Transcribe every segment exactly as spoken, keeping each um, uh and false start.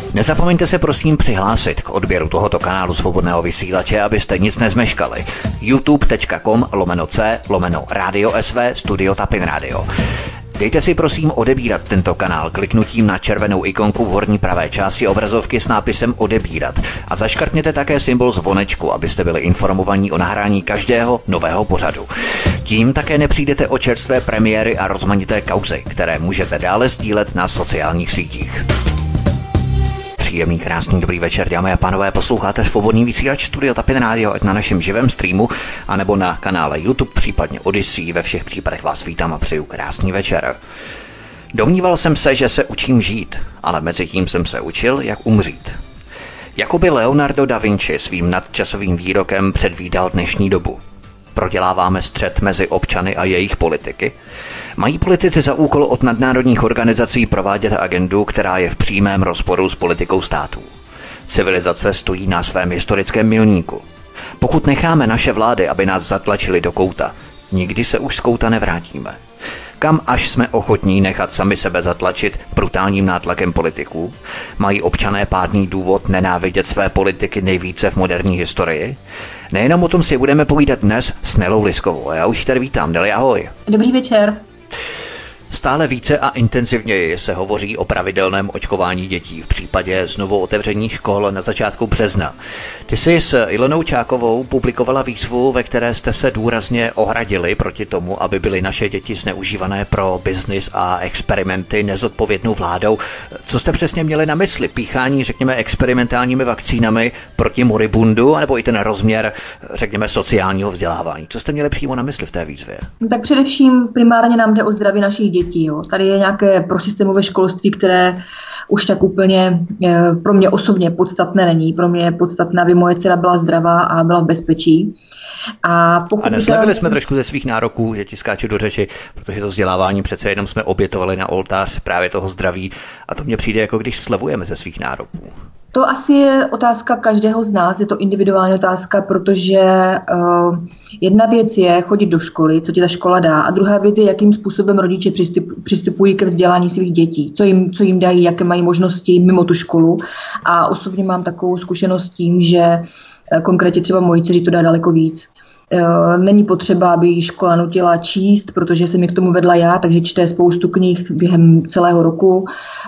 Nezapomeňte se prosím přihlásit k odběru tohoto kanálu Svobodného vysílače, abyste nic nezmeškali. youtube.com lomeno c lomeno Radio S V Studio Tapin Radio. Dejte si prosím odebírat tento kanál kliknutím na červenou ikonku v horní pravé části obrazovky s nápisem odebírat a zaškrtněte také symbol zvonečku, abyste byli informovaní o nahrání každého nového pořadu. Tím také nepřijdete o čerstvé premiéry a rozmanité kauzy, které můžete dále sdílet na sociálních sítích. Příjemný, krásný, dobrý večer, dámy a pánové, posloucháte Svobodný vysílač Studio Tapin Radio, ať na našem živém streamu, anebo na kanále YouTube, případně Odyssey. Ve všech případech vás vítám a přeju krásný večer. Domníval jsem se, že se učím žít, ale mezi tím jsem se učil, jak umřít. Jakoby Leonardo da Vinci svým nadčasovým výrokem předvídal dnešní dobu. Proděláváme střet mezi občany a jejich politiky? Mají politici za úkol od nadnárodních organizací provádět agendu, která je v přímém rozporu s politikou států? Civilizace stojí na svém historickém milníku. Pokud necháme naše vlády, aby nás zatlačili do kouta, nikdy se už z kouta nevrátíme. Kam až jsme ochotní nechat sami sebe zatlačit brutálním nátlakem politiků? Mají občané pádný důvod nenávidět své politiky nejvíce v moderní historii? Nejenom o tom si budeme povídat dnes s Nelou Liskovou. Já už ji tady vítám. Neli, ahoj. Dobrý večer. Stále více a intenzivněji se hovoří o pravidelném očkování dětí v případě znovu otevření škol na začátku března. Ty jsi s Ilonou Čákovou publikovala výzvu, ve které jste se důrazně ohradili proti tomu, aby byly naše děti zneužívané pro biznis a experimenty nezodpovědnou vládou. Co jste přesně měli na mysli? Píchání, řekněme, experimentálními vakcínami proti moribundu, anebo i ten rozměr, řekněme, sociálního vzdělávání? Co jste měli přímo na mysli v té výzvě? Tak především primárně nám jde o zdraví našich dětí. Jo. Tady je nějaké prosystémové školství, které už tak úplně pro mě osobně podstatné není. Pro mě je podstatné, aby moje dcera byla zdravá a byla v bezpečí. A, a neslevili jsme trošku ze svých nároků, že ti skáču do řeči, protože to vzdělávání přece jenom jsme obětovali na oltář právě toho zdraví a to mně přijde, jako když slevujeme ze svých nároků. To asi je otázka každého z nás, je to individuální otázka, protože uh, jedna věc je chodit do školy, co ti ta škola dá, a druhá věc je, jakým způsobem rodiče přistup, přistupují ke vzdělání svých dětí, co jim, co jim dají, jaké mají možnosti mimo tu školu. A osobně mám takovou zkušenost tím, že uh, konkrétně třeba mojí dceři to dá daleko víc. Není potřeba, aby jí škola nutila číst, protože jsem ji k tomu vedla já, takže čte spoustu knih během celého roku.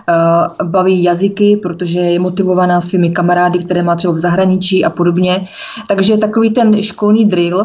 Baví jazyky, protože je motivovaná svými kamarády, které má třeba v zahraničí a podobně. Takže takový ten školní drill,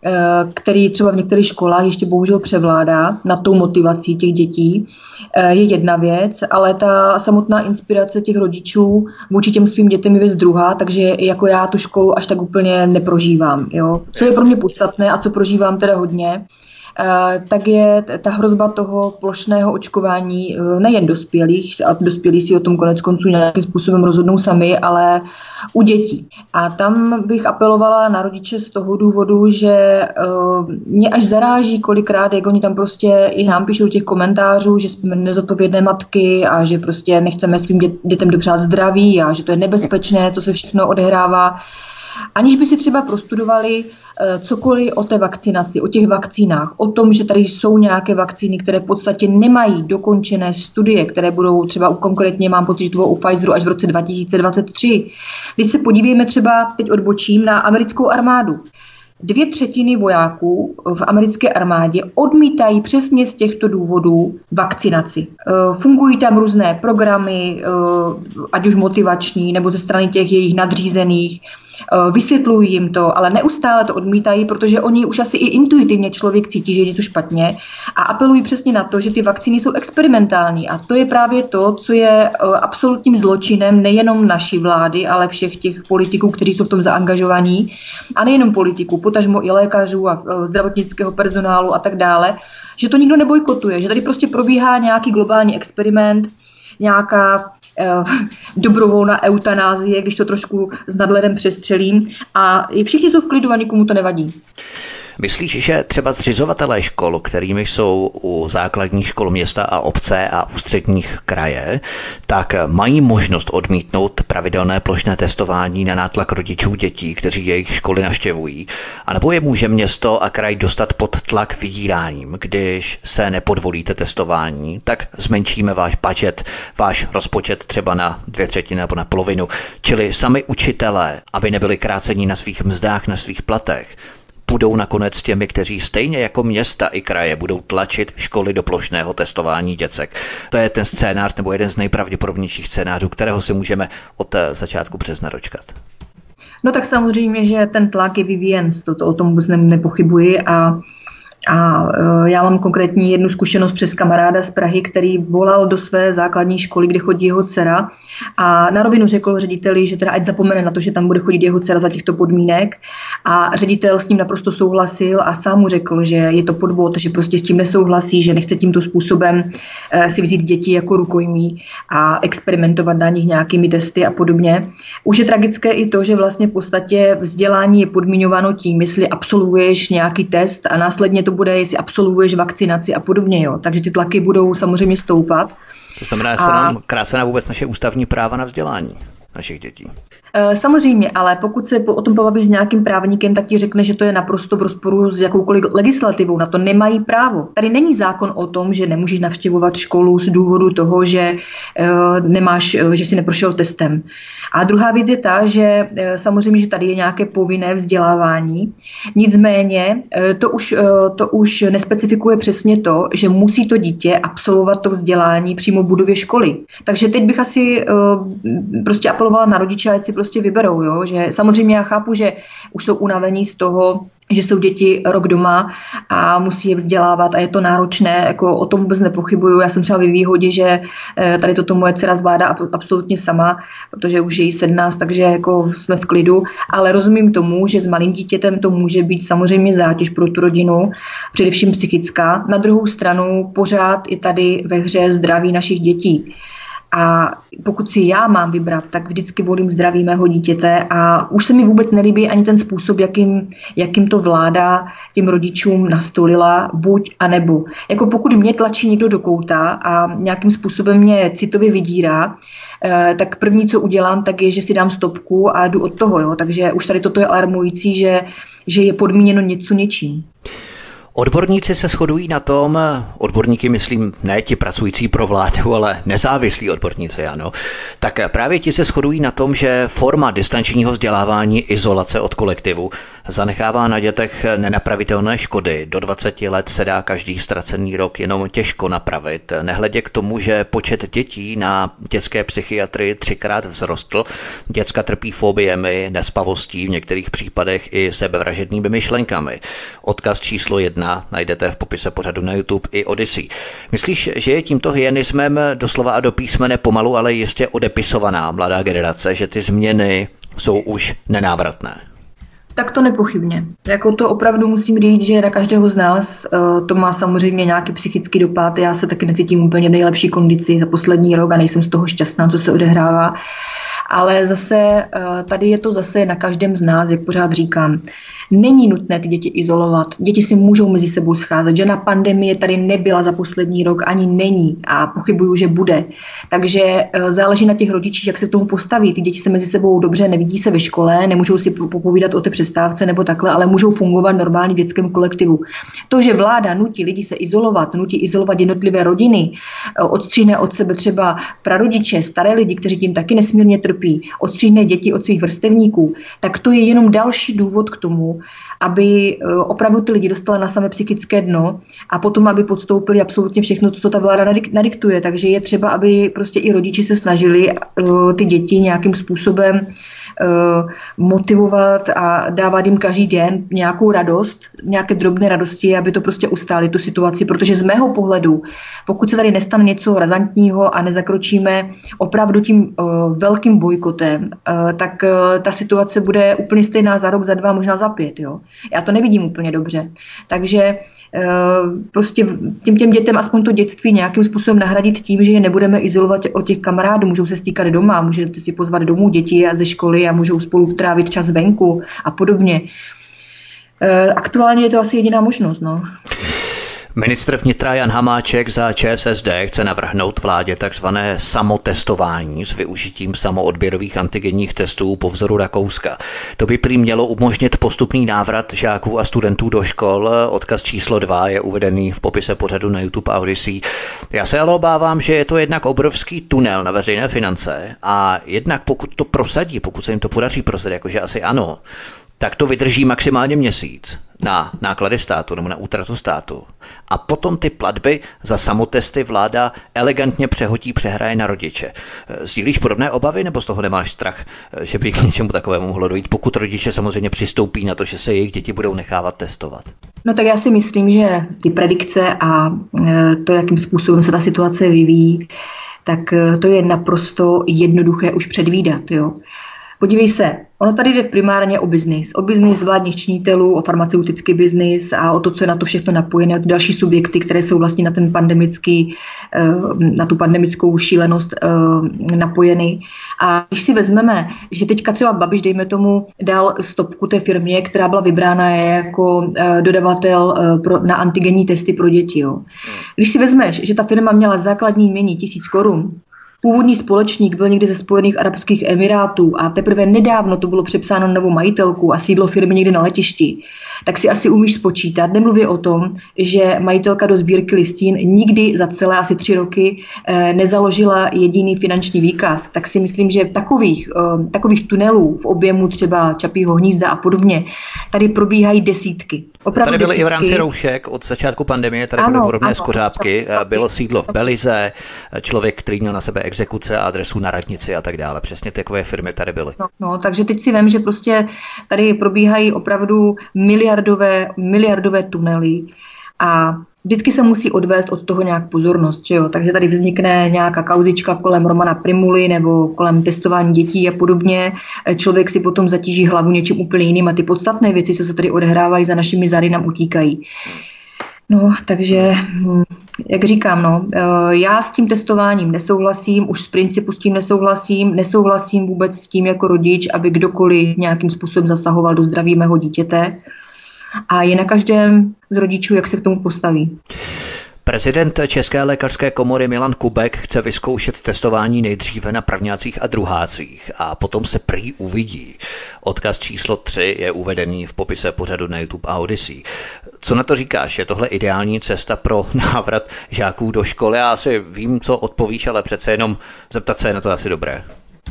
který třeba v některých školách ještě bohužel převládá nad tou motivací těch dětí, je jedna věc, ale ta samotná inspirace těch rodičů vůči těm svým dětem je věc druhá, takže jako já tu školu až tak úplně neprožívám. Jo. Co je pro mě podstatné a co prožívám teda hodně, tak je ta hrozba toho plošného očkování nejen dospělých, a dospělí si o tom konec konců nějakým způsobem rozhodnou sami, ale u dětí. A tam bych apelovala na rodiče z toho důvodu, že mě až zaráží kolikrát, jak oni tam prostě i nám píšou těch komentářů, že jsme nezodpovědné matky a že prostě nechceme svým dě- dětem dopřát zdraví a že to je nebezpečné, to se všechno odehrává. Aniž by si třeba prostudovali cokoliv o té vakcinaci, o těch vakcínách, o tom, že tady jsou nějaké vakcíny, které v podstatě nemají dokončené studie, které budou třeba konkrétně, mám pocit, že to bylo u Pfizeru až v roce dva tisíce dvacet tři. Teď se podívejme třeba, teď odbočím, na americkou armádu. Dvě třetiny vojáků v americké armádě odmítají přesně z těchto důvodů vakcinaci. Fungují tam různé programy, ať už motivační, nebo ze strany těch jejich nadřízených. Vysvětlují jim to, ale neustále to odmítají, protože oni už asi i intuitivně člověk cítí, že je něco špatně a apelují přesně na to, že ty vakcíny jsou experimentální a to je právě to, co je absolutním zločinem nejenom naší vlády, ale všech těch politiků, kteří jsou v tom zaangažovaní a nejenom politiků, potažmo i lékařů a zdravotnického personálu a tak dále, že to nikdo nebojkotuje, že tady prostě probíhá nějaký globální experiment, nějaká dobrovolná eutanázie, když to trošku s nadhledem přestřelím, a všichni jsou v klidu a nikomu to nevadí. Myslíš, že třeba zřizovatelé škol, kterými jsou u základních škol města a obce a ústředních kraje, tak mají možnost odmítnout pravidelné plošné testování na nátlak rodičů dětí, kteří jejich školy navštěvují, anebo je může město a kraj dostat pod tlak vydíráním, když se nepodvolíte testování, tak zmenšíme váš budget, váš rozpočet třeba na dvě třetiny nebo na polovinu, čili sami učitelé, aby nebyli krácení na svých mzdách, na svých platech, budou nakonec těmi, kteří stejně jako města i kraje budou tlačit školy do plošného testování děcek. To je ten scénář nebo jeden z nejpravděpodobnějších scénářů, kterého si můžeme od začátku března dočkat. No tak samozřejmě, že ten tlak je vyvíjen, to, to o tom vůbec nepochybuji a A já mám konkrétní jednu zkušenost přes kamaráda z Prahy, který volal do své základní školy, kde chodí jeho dcera a na rovinu řekl řediteli, že teda ať zapomene na to, že tam bude chodit jeho dcera za těchto podmínek a ředitel s ním naprosto souhlasil a sám mu řekl, že je to podvod, že prostě s tím nesouhlasí, že nechce tímto způsobem si vzít děti jako rukojmí a experimentovat na nich nějakými testy a podobně. Už je tragické i to, že vlastně v podstatě vzdělání je podmiňováno tím, jestli absolvuješ nějaký test a následně to bude, jestli absolvuješ vakcinaci a podobně. Jo. Takže ty tlaky budou samozřejmě stoupat. To znamená, že se nám krácená vůbec naše ústavní práva na vzdělání našich dětí. Samozřejmě, ale pokud se o tom pobavíš s nějakým právníkem, tak ti řekne, že to je naprosto v rozporu s jakoukoliv legislativou. Na to nemají právo. Tady není zákon o tom, že nemůžeš navštěvovat školu z důvodu toho, že nemáš, že jsi neprošel testem. A druhá věc je ta, že samozřejmě, že tady je nějaké povinné vzdělávání. Nicméně to už, to už nespecifikuje přesně to, že musí to dítě absolvovat to vzdělání přímo v budově školy. Takže teď bych asi prostě apelovala na rodiče, ať si prostě vyberou. Jo? Že samozřejmě já chápu, že už jsou unavení z toho, že jsou děti rok doma a musí je vzdělávat a je to náročné, jako o tom vůbec nepochybuju. Já jsem třeba ve výhodě, že tady toto moje dcera zvládá absolutně sama, protože už je jí sedmnáct, takže jako jsme v klidu, ale rozumím tomu, že s malým dítětem to může být samozřejmě zátěž pro tu rodinu, především psychická. Na druhou stranu pořád je tady ve hře zdraví našich dětí. A pokud si já mám vybrat, tak vždycky volím zdraví mého dítěte a už se mi vůbec nelíbí ani ten způsob, jakým, jakým to vláda těm rodičům nastolila, buď a nebo. Jako pokud mě tlačí někdo do kouta a nějakým způsobem mě citově vydírá, eh, tak první, co udělám, tak je, že si dám stopku a jdu od toho. Jo? Takže už tady toto je alarmující, že, že je podmíněno něco něčím. Odborníci se shodují na tom, odborníky myslím ne ti pracující pro vládu, ale nezávislí odborníci, ano, tak právě ti se shodují na tom, že forma distančního vzdělávání, izolace od kolektivu zanechává na dětech nenapravitelné škody. Do dvaceti let se dá každý ztracený rok jenom těžko napravit. Nehledě k tomu, že počet dětí na dětské psychiatrii třikrát vzrostl. Děcka trpí fobiemi, nespavostí, v některých případech i sebevražednými myšlenkami. Odkaz číslo jedna najdete v popise pořadu na YouTube i Odyssey. Myslíš, že je tímto hyenismem doslova a do písmene pomalu, ale jistě odepisovaná mladá generace, že ty změny jsou už nenávratné? Tak to nepochybně. Jako to opravdu musím říct, že na každého z nás uh, to má samozřejmě nějaký psychický dopad. Já se taky necítím úplně v nejlepší kondici za poslední rok a nejsem z toho šťastná, co se odehrává. Ale zase uh, tady je to zase na každém z nás, jak pořád říkám. Není nutné ty děti izolovat. Děti si můžou mezi sebou scházet. Žena pandemie tady nebyla za poslední rok, ani není a pochybuju, že bude. Takže záleží na těch rodičích, jak se k tomu postaví. Ty děti se mezi sebou dobře nevidí se ve škole, nemůžou si popovídat o té přestávce nebo takhle, ale můžou fungovat normálně v dětském kolektivu. To, že vláda nutí lidi se izolovat, nutí izolovat jednotlivé rodiny, odstříhne od sebe třeba prarodiče, staré lidi, kteří tím taky nesmírně trpí, odstříhne děti od svých vrstevníků, tak to je jenom další důvod k tomu, aby opravdu ty lidi dostala na samé psychické dno a potom, aby podstoupili absolutně všechno, co ta vláda nadiktuje. Takže je třeba, aby prostě i rodiči se snažili ty děti nějakým způsobem motivovat a dávat jim každý den nějakou radost, nějaké drobné radosti, aby to prostě ustáli tu situaci, protože z mého pohledu, pokud se tady nestane něco razantního a nezakročíme opravdu tím uh, velkým bojkotem, uh, tak uh, ta situace bude úplně stejná za rok, za dva, možná za pět. Jo? Já to nevidím úplně dobře. Takže uh, prostě těm, těm dětem aspoň to dětství nějakým způsobem nahradit tím, že je nebudeme izolovat od těch kamarádů, můžou se stýkat doma, můžete si pozvat domů děti a ze školy a můžou spolu trávit čas venku a podobně. Aktuálně je to asi jediná možnost, no. Ministr vnitra Jan Hamáček za ČSSD chce navrhnout vládě takzvané samotestování s využitím samoodběrových antigenních testů po vzoru Rakouska. To by prý mělo umožnit postupný návrat žáků a studentů do škol. Odkaz číslo dva je uvedený v popise pořadu na YouTube a Odyssey. Já se ale obávám, že je to jednak obrovský tunel na veřejné finance a jednak pokud to prosadí, pokud se jim to podaří prosadit, jakože asi ano, tak to vydrží maximálně měsíc na náklady státu nebo na útratu státu. A potom ty platby za samotesty vláda elegantně přehodí, přehraje na rodiče. Sdílíš podobné obavy nebo z toho nemáš strach, že by k něčemu takovému mohlo dojít, pokud rodiče samozřejmě přistoupí na to, že se jejich děti budou nechávat testovat? No tak já si myslím, že ty predikce a to, jakým způsobem se ta situace vyvíjí, tak to je naprosto jednoduché už předvídat, jo. Podívej se, ono tady jde primárně o biznis. O biznis vládních činitelů, o farmaceutický biznis a o to, co je na to všechno napojené, o další subjekty, které jsou vlastně na ten pandemický, na tu pandemickou šílenost napojeny. A když si vezmeme, že teďka třeba Babiš, dejme tomu, dal stopku té firmě, která byla vybrána jako dodavatel na antigenní testy pro děti. Jo. Když si vezmeš, že ta firma měla základní jmění tisíc korun, původní společník byl někdy ze Spojených arabských emirátů a teprve nedávno to bylo přepsáno na novou majitelku a sídlo firmy někde na letišti, tak si asi umíš spočítat. Nemluvě o tom, že majitelka do sbírky listin nikdy za celé asi tři roky eh, nezaložila jediný finanční výkaz. Tak si myslím, že takových, eh, takových tunelů v objemu třeba Čapího hnízda a podobně tady probíhají desítky. Opravdu tady byly desítky. I v rámci roušek od začátku pandemie, tady ano, byly podobné ano, skořápky, ano. Bylo sídlo v Belize, člověk, který měl na sebe exekuce a adresu na radnici a tak dále. Přesně takové firmy tady byly. No, no, takže teď si vem, že prostě tady probíhají opravdu miliardové, miliardové tunely a vždycky se musí odvést od toho nějak pozornost, že jo? Takže tady vznikne nějaká kauzička kolem Romana Prymuly nebo kolem testování dětí a podobně. Člověk si potom zatíží hlavu něčím úplně jiným a ty podstatné věci, co se tady odehrávají za našimi zády, nám utíkají. No, takže, jak říkám, no, já s tím testováním nesouhlasím, už z principu s tím nesouhlasím, nesouhlasím vůbec s tím jako rodič, aby kdokoliv nějakým způsobem zasahoval do zdraví mého dítěte. A je na každém z rodičů, jak se k tomu postaví. Prezident České lékařské komory Milan Kubek chce vyzkoušet testování nejdříve na prvňácích a druhácích a potom se prý uvidí. Odkaz číslo tři je uvedený v popise pořadu na YouTube a Odyssey. Co na to říkáš? Je tohle ideální cesta pro návrat žáků do školy? Já asi vím, co odpovíš, ale přece jenom zeptat se je na to asi dobré.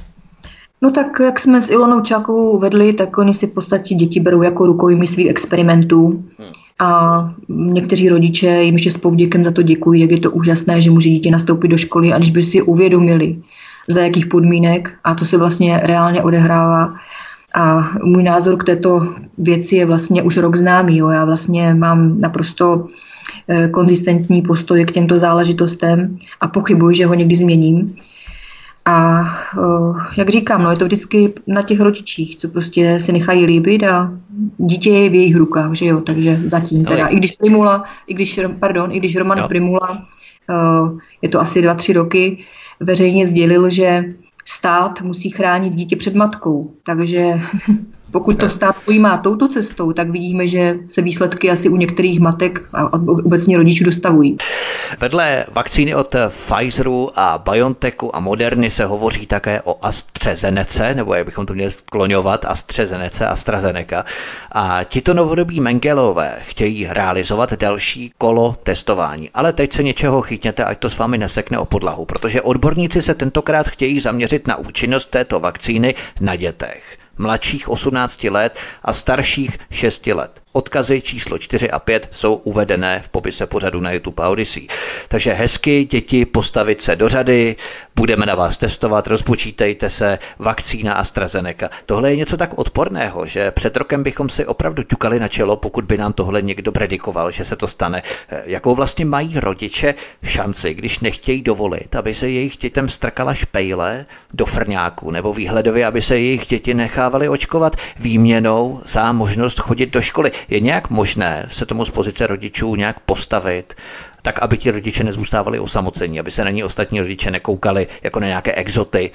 No tak, jak jsme s Ilonou Čákovou vedli, tak oni si v podstatě děti berou jako rukojmí svých experimentů. A někteří rodiče jim ještě s povděkem za to děkují, jak je to úžasné, že může dítě nastoupit do školy, aniž by si uvědomili, za jakých podmínek a to se vlastně reálně odehrává. A můj názor k této věci je vlastně už rok známý. Jo. Já vlastně mám naprosto eh, konzistentní postoj k těmto záležitostem a pochybuji, že ho někdy změním. A uh, jak říkám, no, je to vždycky na těch rodičích, co prostě se nechají líbit a dítě je v jejich rukách, že jo, takže zatím teda. I když Prymula, i když, pardon, i když Roman no. Prymula, uh, je to asi dva, tři roky, veřejně sdělil, že stát musí chránit dítě před matkou, takže pokud to stát pojímá touto cestou, tak vidíme, že se výsledky asi u některých matek a obecně rodičů dostavují. Vedle vakcíny od Pfizeru a BioNTechu a Moderny se hovoří také o AstraZenece, nebo jak bychom to měli skloňovat, AstraZenece, AstraZeneca. A tito novodobí Mengelové chtějí realizovat další kolo testování. Ale teď se něčeho chytněte, ať to s vámi nesekne o podlahu, protože odborníci se tentokrát chtějí zaměřit na účinnost této vakcíny na dětech mladších osmnácti let a starších šesti let. Odkazy číslo čtyři a pět jsou uvedené v popise pořadu na YouTube a Odyssey. Takže hezky, děti, postavit se do řady, budeme na vás testovat, rozpočítejte se, vakcína AstraZeneca. Tohle je něco tak odporného, že před rokem bychom si opravdu ťukali na čelo, pokud by nám tohle někdo predikoval, že se to stane. Jakou vlastně mají rodiče šanci, když nechtějí dovolit, aby se jejich dětem strkala špejle do frňáku, nebo výhledově, aby se jejich děti nechávaly očkovat výměnou za možnost chodit do školy. Je nějak možné se tomu z pozice rodičů nějak postavit, tak aby ti rodiče nezůstávali osamocení, aby se na ní ostatní rodiče nekoukali jako na nějaké exoty,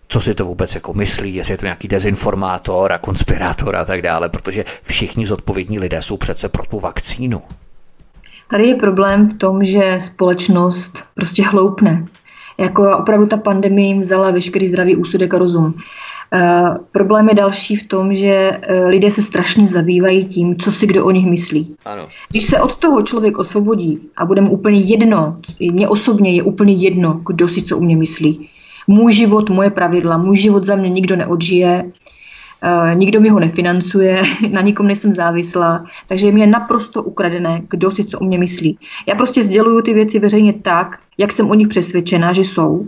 co si to vůbec jako myslí, jestli je to nějaký dezinformátor a konspirátor a tak dále, protože všichni zodpovědní lidé jsou přece pro tu vakcínu. Tady je problém v tom, že společnost prostě hloupne. Jako opravdu ta pandemie jim vzala veškerý zdravý úsudek a rozum. Uh, problém je další v tom, že uh, lidé se strašně zabývají tím, co si kdo o nich myslí. Ano. Když se od toho člověk osvobodí a bude mu úplně jedno, mně osobně je úplně jedno, kdo si co u mě myslí. Můj život, moje pravidla, můj život za mě nikdo neodžije, uh, nikdo mi ho nefinancuje, na nikom nejsem závislá, takže mi je naprosto ukradené, kdo si co u mě myslí. Já prostě sděluju ty věci veřejně tak, jak jsem o nich přesvědčená, že jsou.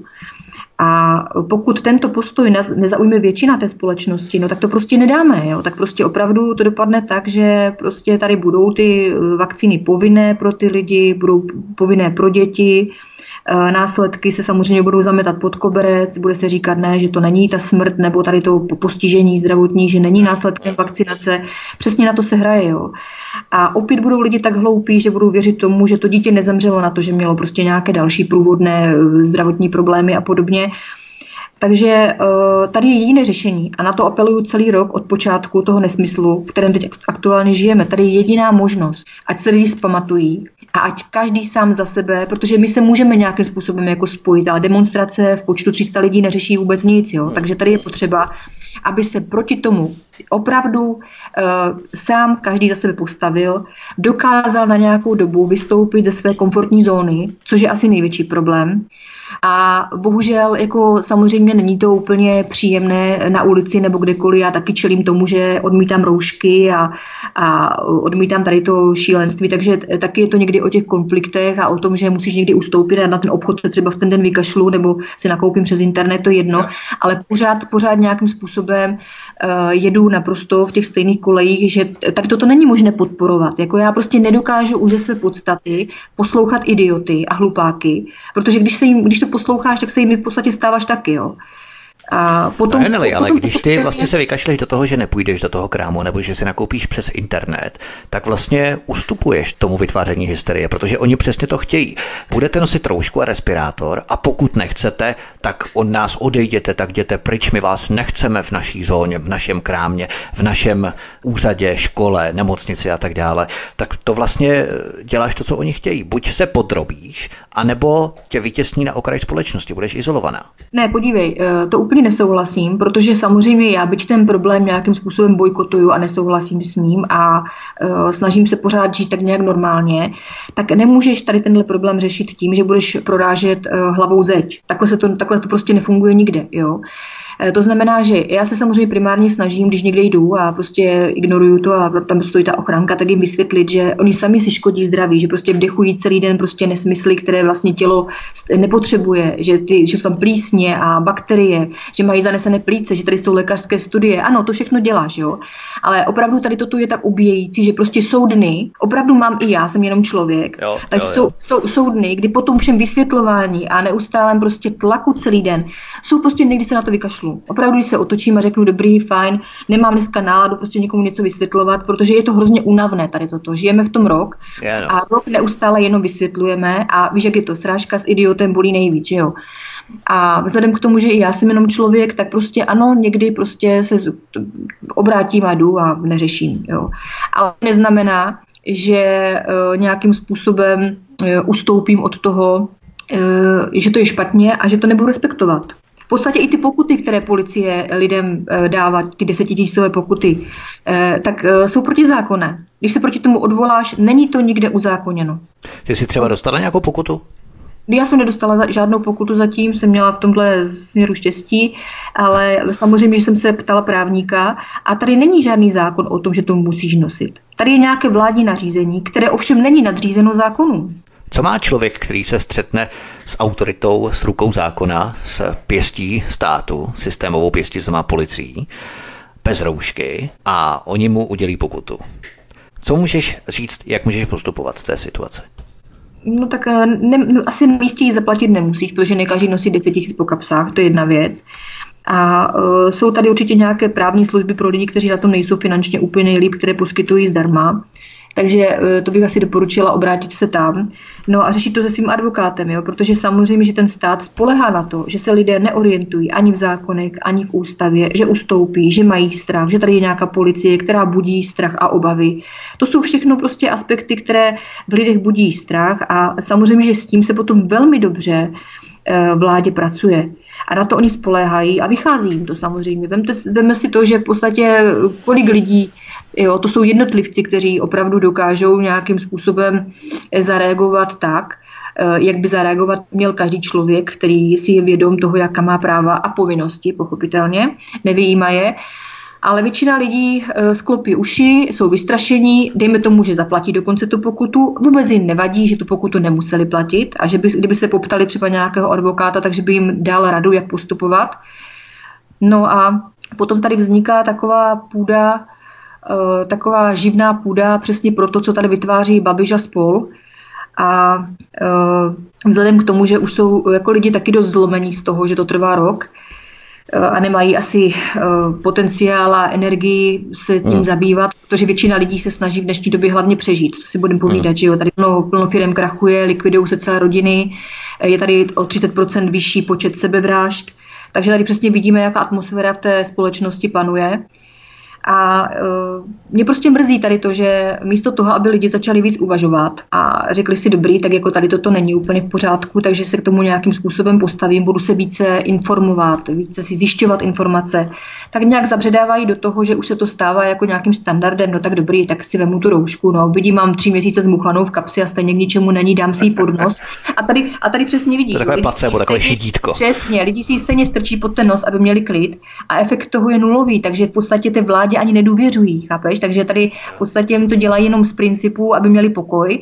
A pokud tento postoj nezaujme většina té společnosti, no tak to prostě nedáme, jo? Tak prostě opravdu to dopadne tak, že prostě tady budou ty vakcíny povinné pro ty lidi, budou povinné pro děti, následky se samozřejmě budou zametat pod koberec, bude se říkat ne, že to není ta smrt nebo tady to postižení zdravotní, že není následkem vakcinace. Přesně na to se hraje. Jo. A opět budou lidi tak hloupí, že budou věřit tomu, že to dítě nezemřelo na to, že mělo prostě nějaké další průvodné zdravotní problémy a podobně. Takže tady je jediné řešení a na to apeluju celý rok od počátku toho nesmyslu, v kterém teď aktuálně žijeme. Tady je jediná možnost, ať se lidi zpamatují a ať každý sám za sebe, protože my se můžeme nějakým způsobem jako spojit, ale demonstrace v počtu tři sta lidí neřeší vůbec nic. Jo? Takže tady je potřeba, aby se proti tomu opravdu uh, sám každý za sebe postavil, dokázal na nějakou dobu vystoupit ze své komfortní zóny, což je asi největší problém. A bohužel jako samozřejmě není to úplně příjemné na ulici nebo kdekoliv. Já taky čelím tomu, že odmítám roušky a, a odmítám tady to šílenství, takže taky je to někdy o těch konfliktech a o tom, že musíš někdy ustoupit a na ten obchod se třeba v ten den vykašlu nebo si nakoupím přes internet, to jedno, ale pořád, pořád nějakým způsobem uh, jedu naprosto v těch stejných kolejích, že tady toto není možné podporovat. Jako já prostě nedokážu už ze své podstaty poslouchat idioty a hlupáky, protože když se jim, když to posloucháš, tak se jim v podstatě stáváš taky, jo. A potom, ne, Neli, ale potom, když ty vlastně se vykašleš do toho, že nepůjdeš do toho krámu nebo že si nakoupíš přes internet, tak vlastně ustupuješ tomu vytváření hysterie, protože oni přesně to chtějí. Budete nosit roušku a respirátor a pokud nechcete, tak od nás odejděte, tak jděte pryč, my vás nechceme v naší zóně, v našem krámě, v našem úřadě, škole, nemocnici a tak dále. Tak to vlastně děláš to, co oni chtějí. Buď se podrobíš, anebo tě vytěsní na okraj společnosti, budeš izolovaná. Ne, podívej, to úplně nesouhlasím, protože samozřejmě já byť ten problém nějakým způsobem bojkotuju a nesouhlasím s ním a uh, snažím se pořád žít tak nějak normálně, tak nemůžeš tady tenhle problém řešit tím, že budeš prorážet uh, hlavou zeď. Takhle, se to, takhle to prostě nefunguje nikde. Jo? To znamená, že já se samozřejmě primárně snažím, když někde jdu a prostě ignoruju to a tam stojí ta ochranka, tak jim vysvětlit, že oni sami si škodí zdraví, že prostě vdechují celý den prostě nesmysly, které vlastně tělo nepotřebuje, že, ty, že jsou tam plísně a bakterie, že mají zanesené plíce, že tady jsou lékařské studie. Ano, to všechno děláš, jo. Ale opravdu tady toto je tak ubíjející, že prostě jsou dny, opravdu mám i já, jsem jenom člověk, jo, takže jo, jo. Jsou, jsou, jsou dny, kdy po tom všem vysvětlování a neustálém prostě tlaku celý den, jsou prostě někdy se na to vykašlu. Opravdu, když se otočím a řeknu dobrý, fajn, nemám dneska náladu prostě někomu něco vysvětlovat, protože je to hrozně únavné tady toto. Žijeme v tom rok yeah, no. a rok neustále jenom vysvětlujeme a víš, jak je to, srážka s idiotem bolí nejvíc, že jo. A vzhledem k tomu, že i já jsem jenom člověk, tak prostě ano, někdy prostě se obrátím a jdu a neřeším, jo. Ale neznamená, že uh, nějakým způsobem uh, ustoupím od toho, uh, že to je špatně a že to nebudu respektovat. V podstatě i ty pokuty, které policie lidem dává, ty desetitisícové pokuty, tak jsou protizákonné. Když se proti tomu odvoláš, není to nikde uzákoněno. Ty jsi třeba dostala nějakou pokutu? Já jsem nedostala žádnou pokutu zatím, jsem měla v tomhle směru štěstí, ale samozřejmě, že jsem se ptala právníka a tady není žádný zákon o tom, že to musíš nosit. Tady je nějaké vládní nařízení, které ovšem není nadřízeno zákonům. Co má člověk, který se střetne s autoritou, s rukou zákona, s pěstí státu, systémovou pěstí, co má policií, bez roušky a oni mu udělí pokutu? Co můžeš říct, jak můžeš postupovat z té situace? No tak ne, no, asi na místě ji zaplatit nemusíš, protože ne každý nosí deset tisíc po kapsách, to je jedna věc. A uh, jsou tady určitě nějaké právní služby pro lidi, kteří na tom nejsou finančně úplně nejlíp, které poskytují zdarma. Takže to bych asi doporučila obrátit se tam. No a řešit to se svým advokátem, jo? Protože samozřejmě, že ten stát spolehá na to, že se lidé neorientují ani v zákonech, ani v ústavě, že ustoupí, že mají strach, že tady je nějaká policie, která budí strach a obavy. To jsou všechno prostě aspekty, které v lidech budí strach a samozřejmě, že s tím se potom velmi dobře vládě pracuje. A na to oni spoléhají a vychází jim to samozřejmě. Vemte, vemme si to, že v podstatě kolik lidí, jo, to jsou jednotlivci, kteří opravdu dokážou nějakým způsobem zareagovat tak, jak by zareagovat měl každý člověk, který si je vědom toho, jaká má práva a povinnosti, pochopitelně, nevyjíma je. Ale většina lidí sklopí uši, jsou vystrašení, dejme tomu, že zaplatí dokonce tu pokutu. Vůbec jim nevadí, že tu pokutu nemuseli platit a že by, kdyby se poptali třeba nějakého advokáta, takže by jim dal radu, jak postupovat. No a potom tady vzniká taková půda, taková živná půda přesně pro to, co tady vytváří Babiš a spol. A vzhledem k tomu, že už jsou jako lidi taky dost zlomení z toho, že to trvá rok, a nemají asi potenciál a energii se tím hmm. zabývat, protože většina lidí se snaží v dnešní době hlavně přežít. To si budeme povídat, hmm. že jo, tady plno, plno firem krachuje, likvidují se celé rodiny, je tady o třicet procent vyšší počet sebevražd, takže tady přesně vidíme, jaká atmosféra v té společnosti panuje. A uh, mě prostě mrzí tady to, že místo toho, aby lidi začali víc uvažovat a řekli si dobrý, tak jako tady toto není úplně v pořádku, takže se k tomu nějakým způsobem postavím, budu se více informovat, více si zjišťovat informace, tak nějak zabředávají do toho, že už se to stává jako nějakým standardem, no tak dobrý, tak si vemu tu roušku, no vidím, mám tři měsíce zmuchlanou v kapsi a stejně k ničemu není, dám si ji pod nos. A tady, a tady přesně vidíš. To je takové placebo, takové šidítko. Přesně, lidi si ji stejně strčí pod ten nos, aby měli klid a efekt toho je nulový, takže v podstatě té vládě ani nedůvěřují, chápeš? Takže tady v podstatě jim to dělají jenom z principu, aby měli pokoj,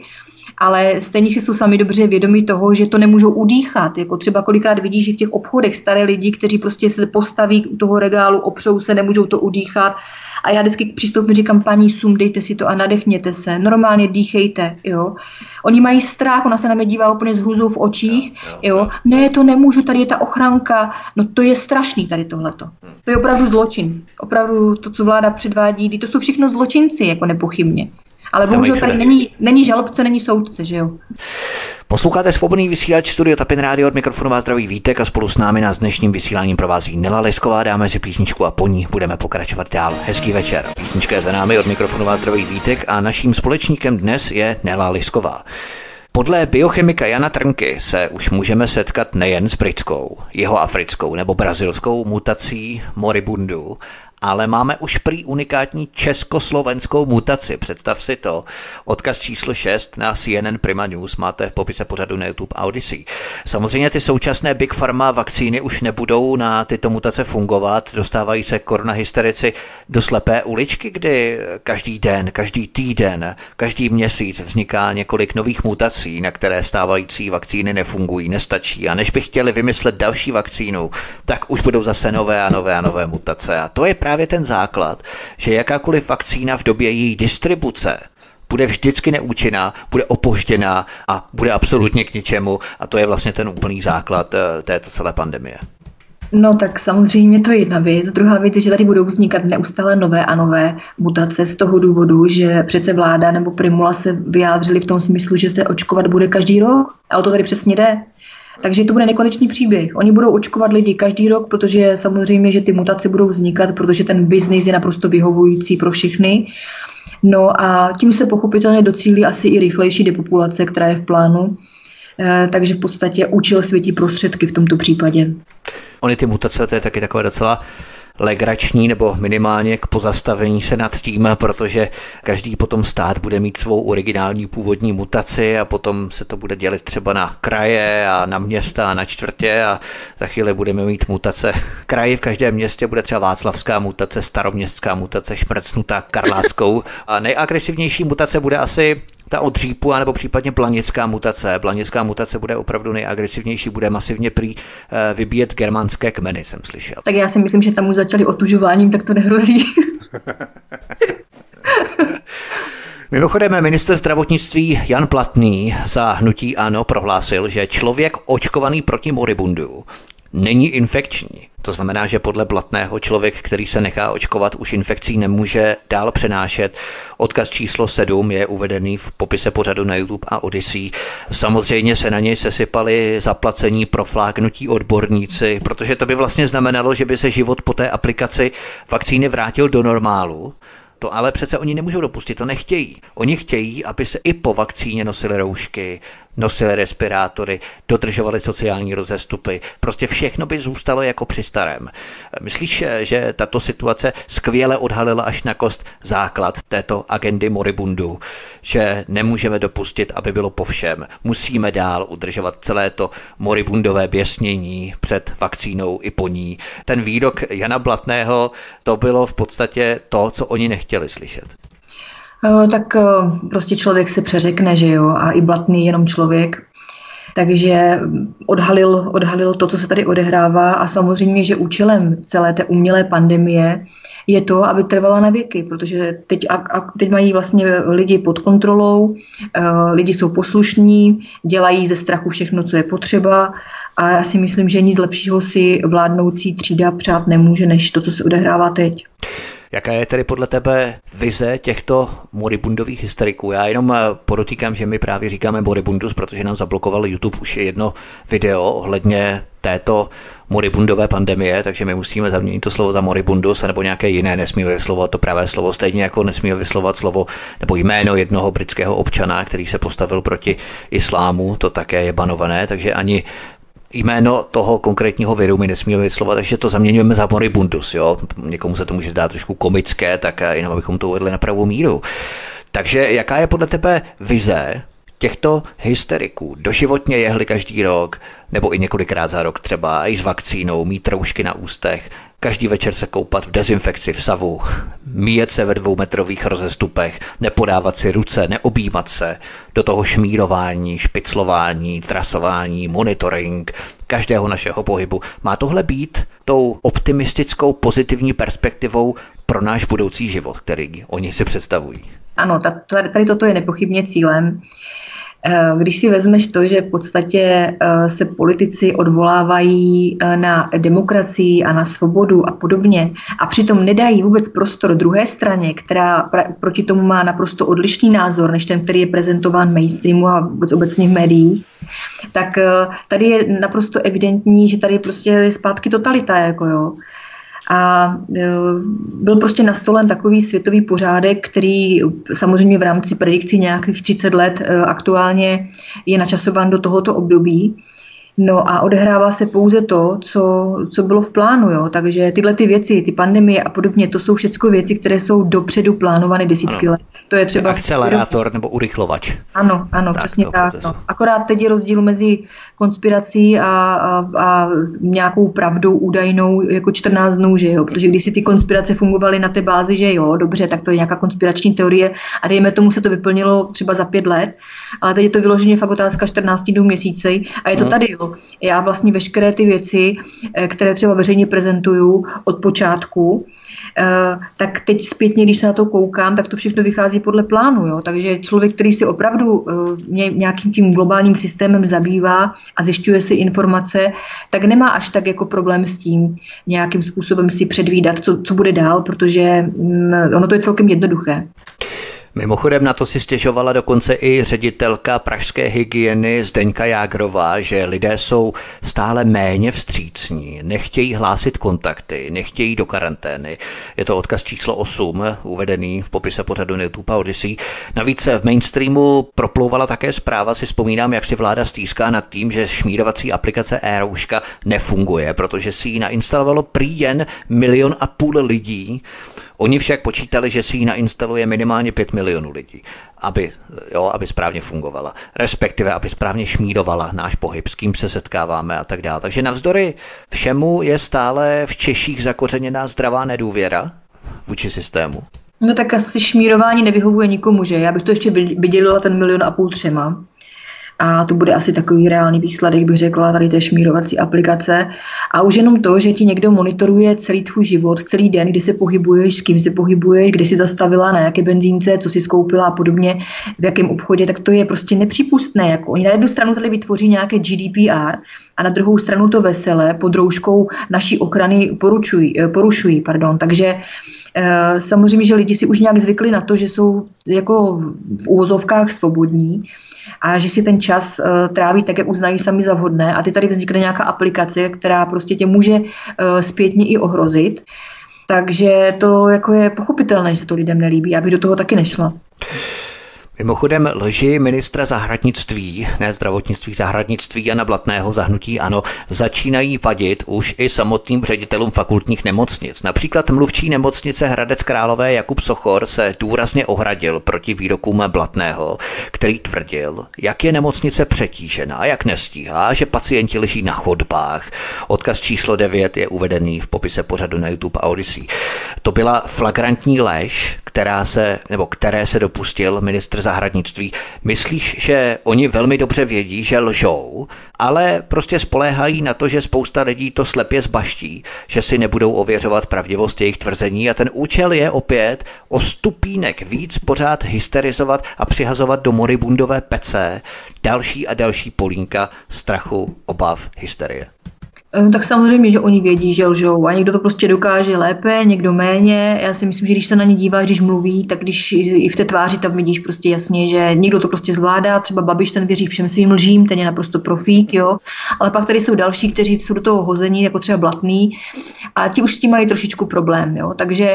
ale stejně si jsou sami dobře vědomí toho, že to nemůžou udýchat. Jako třeba kolikrát vidíš, že v těch obchodech staré lidi, kteří prostě se postaví u toho regálu, opřou se, nemůžou to udýchat. A já vždycky přistoupím, říkám, paní, sundejte si to a nadechněte se, normálně dýchejte, jo. Oni mají strach, ona se na mě dívá úplně s hrůzou v očích, jo. Ne, to nemůžu, tady je ta ochranka, no to je strašný tady tohleto. To je opravdu zločin. Opravdu to, co vláda předvádí, to jsou všechno zločinci, jako nepochybně. Ale bohužel tady není, není žalobce, není soudce, že jo. Posloucháte Svobodný vysílač, studio Tapin Radio, od mikrofonu vás zdraví Vítek a spolu s námi nás dnešním vysíláním provází Nela Lisková. Dáme si písničku a po ní budeme pokračovat dál. Hezký večer. Písnička je za námi, od mikrofonu vás zdraví Vítek a naším společníkem dnes je Nela Lisková. Podle biochemika Jana Trnky se už můžeme setkat nejen s britskou, jihoafrickou nebo brazilskou mutací moribundu, ale máme už prý unikátní československou mutaci. Představ si to. Odkaz číslo šest na C N N Prima News máte v popise pořadu na YouTube Odyssey. Samozřejmě ty současné Big Pharma vakcíny už nebudou na tyto mutace fungovat. Dostávají se koronahysterici do slepé uličky, kdy každý den, každý týden, každý měsíc vzniká několik nových mutací, na které stávající vakcíny nefungují, nestačí. A než by chtěli vymyslet další vakcínu, tak už budou zase nové a nové a nové mutace. A to je právě ten základ, že jakákoliv vakcína v době její distribuce bude vždycky neúčinná, bude opožděná a bude absolutně k ničemu. A to je vlastně ten úplný základ této celé pandemie. No tak samozřejmě to je jedna věc. Druhá věc je, že tady budou vznikat neustále nové a nové mutace z toho důvodu, že přece vláda nebo Primula se vyjádřili v tom smyslu, že se očkovat bude každý rok. A o to tady přesně jde. Takže to bude nekonečný příběh. Oni budou očkovat lidi každý rok, protože samozřejmě, že ty mutace budou vznikat, protože ten biznis je naprosto vyhovující pro všechny. No a tím se pochopitelně docílí asi i rychlejší depopulace, která je v plánu. E, takže v podstatě účel světí prostředky v tomto případě. Ony ty mutace, to je taky takové docela legrační nebo minimálně k pozastavení se nad tím, protože každý potom stát bude mít svou originální původní mutaci a potom se to bude dělit třeba na kraje a na města a na čtvrtě a za chvíli budeme mít mutace. Kraji v každém městě bude třeba václavská mutace, staroměstská mutace, šmrcnutá karlátskou a nejagresivnější mutace bude asi ta od dřípu, anebo případně blanická mutace. Blanická mutace bude opravdu nejagresivnější, bude masivně prý vybíjet germánské kmeny, jsem slyšel. Tak já si myslím, že tam už začali otužováním, tak to nehrozí. Mimochodem, ministr zdravotnictví Jan Blatný za hnutí ANO prohlásil, že člověk očkovaný proti moribundu není infekční. To znamená, že podle Blatného člověk, který se nechá očkovat, už infekcí nemůže dál přenášet. Odkaz číslo sedm je uvedený v popise pořadu na YouTube a Odyssey. Samozřejmě se na něj sesypali zaplacení profláknutí odborníci, protože to by vlastně znamenalo, že by se život po té aplikaci vakcíny vrátil do normálu. To ale přece oni nemůžou dopustit, to nechtějí. Oni chtějí, aby se i po vakcíně nosily roušky, nosily respirátory, dodržovaly sociální rozestupy. Prostě všechno by zůstalo jako při starém. Myslíš, že tato situace skvěle odhalila až na kost základ této agendy moribundu, že nemůžeme dopustit, aby bylo po všem. Musíme dál udržovat celé to moribundové běsnění před vakcínou i po ní. Ten výrok Jana Blatného, to bylo v podstatě to, co oni nechtěli slyšet. Tak prostě člověk se přeřekne, že jo, a i Blatný je jenom člověk. Takže odhalil, odhalil to, co se tady odehrává a samozřejmě, že účelem celé té umělé pandemie je to, aby trvala na věky, protože teď, a, a teď mají vlastně lidi pod kontrolou, lidi jsou poslušní, dělají ze strachu všechno, co je potřeba a já si myslím, že nic lepšího si vládnoucí třída přát nemůže, než to, co se odehrává teď. Jaká je tedy podle tebe vize těchto moribundových hysteriků? Já jenom podotýkám, že my právě říkáme moribundus, protože nám zablokoval YouTube už jedno video ohledně této moribundové pandemie, takže my musíme zaměnit to slovo za moribundus nebo nějaké jiné, nesmíme vyslovovat to pravé slovo, stejně jako nesmíme vyslovovat slovo nebo jméno jednoho britského občana, který se postavil proti islámu, to také je banované, takže ani jméno toho konkrétního viru mi nesmíme vyslovat, takže to zaměňujeme za moribundus, jo. Někomu se to může dát trošku komické, tak jenom abychom to uvedli na pravou míru. Takže jaká je podle tebe vize těchto hysteriků? Doživotně jehli každý rok, nebo i několikrát za rok třeba, i s vakcínou, mít roušky na ústech, každý večer se koupat v dezinfekci v savu, míjet se ve dvoumetrových rozestupech, nepodávat si ruce, neobjímat se, do toho šmírování, špiclování, trasování, monitoring každého našeho pohybu. Má tohle být tou optimistickou, pozitivní perspektivou pro náš budoucí život, který oni si představují? Ano, tady toto je nepochybně cílem. Když si vezmeš to, že v podstatě se politici odvolávají na demokracii a na svobodu a podobně a přitom nedají vůbec prostor druhé straně, která proti tomu má naprosto odlišný názor, než ten, který je prezentován mainstreamu a vůbec obecně v médiích, tak tady je naprosto evidentní, že tady prostě je zpátky totalita, jako jo. A byl prostě nastolen takový světový pořádek, který samozřejmě v rámci predikcí nějakých třicet let aktuálně je načasován do tohoto období. No a odehrává se pouze to, co, co bylo v plánu. Jo? Takže tyhle ty věci, ty pandemie a podobně, to jsou všechno věci, které jsou dopředu plánované desítky ano. let. To je třeba akcelerátor nebo urychlovač. Ano, ano, tak, přesně tak. No. Akorát teď je rozdíl mezi konspirací a, a, a nějakou pravdou údajnou jako čtrnáct dnů, že jo? Protože když si ty konspirace fungovaly na té bázi, že jo, dobře, tak to je nějaká konspirační teorie a dejme tomu se to vyplnilo třeba za pět let, ale teď je to vyloženě fakt otázka čtrnáct dnů měsíce a je to tady, jo. Já vlastně veškeré ty věci, které třeba veřejně prezentuju od počátku, tak teď zpětně, když se na to koukám, tak to všechno vychází podle plánu. Jo? Takže člověk, který si opravdu nějakým tím globálním systémem zabývá a zjišťuje si informace, tak nemá až tak jako problém s tím nějakým způsobem si předvídat, co, co bude dál, protože ono to je celkem jednoduché. Mimochodem na to si stěžovala dokonce i ředitelka pražské hygieny Zdeňka Jágrová, že lidé jsou stále méně vstřícní, nechtějí hlásit kontakty, nechtějí do karantény. Je to odkaz číslo osm, uvedený v popise pořadu na YouTube a Odyssey. Navíc v mainstreamu proplouvala také zpráva, si vzpomínám, jak si vláda stýská nad tím, že šmírovací aplikace e-rouška nefunguje, protože si ji nainstalovalo prý jen milion a půl lidí. Oni však počítali, že si ji nainstaluje minimálně pět milionů lidí, aby, jo, aby správně fungovala, respektive aby správně šmírovala náš pohyb, s kým se setkáváme a tak dále. Takže navzdory všemu je stále v Češích zakořeněná zdravá nedůvěra vůči systému. No tak asi šmírování nevyhovuje nikomu, že? Já bych to ještě vydělila ten milion a půl třema. A to bude asi takový reálný výsledek, bych řekla, tady té šmírovací aplikace. A už jenom to, že ti někdo monitoruje celý tvůj život, celý den, kdy se pohybuješ, s kým se pohybuješ, kde jsi zastavila, na jaké benzínce, co jsi skoupila a podobně, v jakém obchodě, tak to je prostě nepřípustné. Jako oni na jednu stranu tady vytvoří nějaké G D P R a na druhou stranu to veselé pod rouškou naší ochrany poručují, porušují. Pardon. Takže samozřejmě, že lidi si už nějak zvykli na to, že jsou jako v uvozovkách svobodní a že si ten čas uh, tráví tak, jak uznají sami za vhodné a ty tady vznikne nějaká aplikace, která prostě tě může uh, zpětně i ohrozit. Takže to jako je pochopitelné, že se to lidem nelíbí, aby do toho taky nešla. Mimochodem lži ministra zahradnictví, ne zdravotnictví, zahradnictví Jana Blatného za hnutí ANO začínají vadit už i samotným ředitelům fakultních nemocnic. Například mluvčí nemocnice Hradec Králové Jakub Sochor se důrazně ohradil proti výrokům Blatného, který tvrdil, jak je nemocnice přetížená, jak nestíhá, že pacienti leží na chodbách. Odkaz číslo devět je uvedený v popise pořadu na YouTube a Odyssey. To byla flagrantní lež, která se, nebo které se dopustil ministr zahradnictví. Myslíš, že oni velmi dobře vědí, že lžou, ale prostě spoléhají na to, že spousta lidí to slepě zbaští, že si nebudou ověřovat pravdivost jejich tvrzení a ten účel je opět o stupínek víc pořád hysterizovat a přihazovat do moribundové pece další a další polínka strachu, obav, hysterie. Tak samozřejmě, že oni vědí, že lžou a někdo to prostě dokáže lépe, někdo méně. Já si myslím, že když se na ně díváš, když mluví, tak když i v té tváři tam vidíš prostě jasně, že někdo to prostě zvládá, třeba Babiš, ten věří všem svým lžím, ten je naprosto profík, jo. Ale pak tady jsou další, kteří jsou do toho hození, jako třeba Blatný a ti už s tím mají trošičku problém, jo. Takže,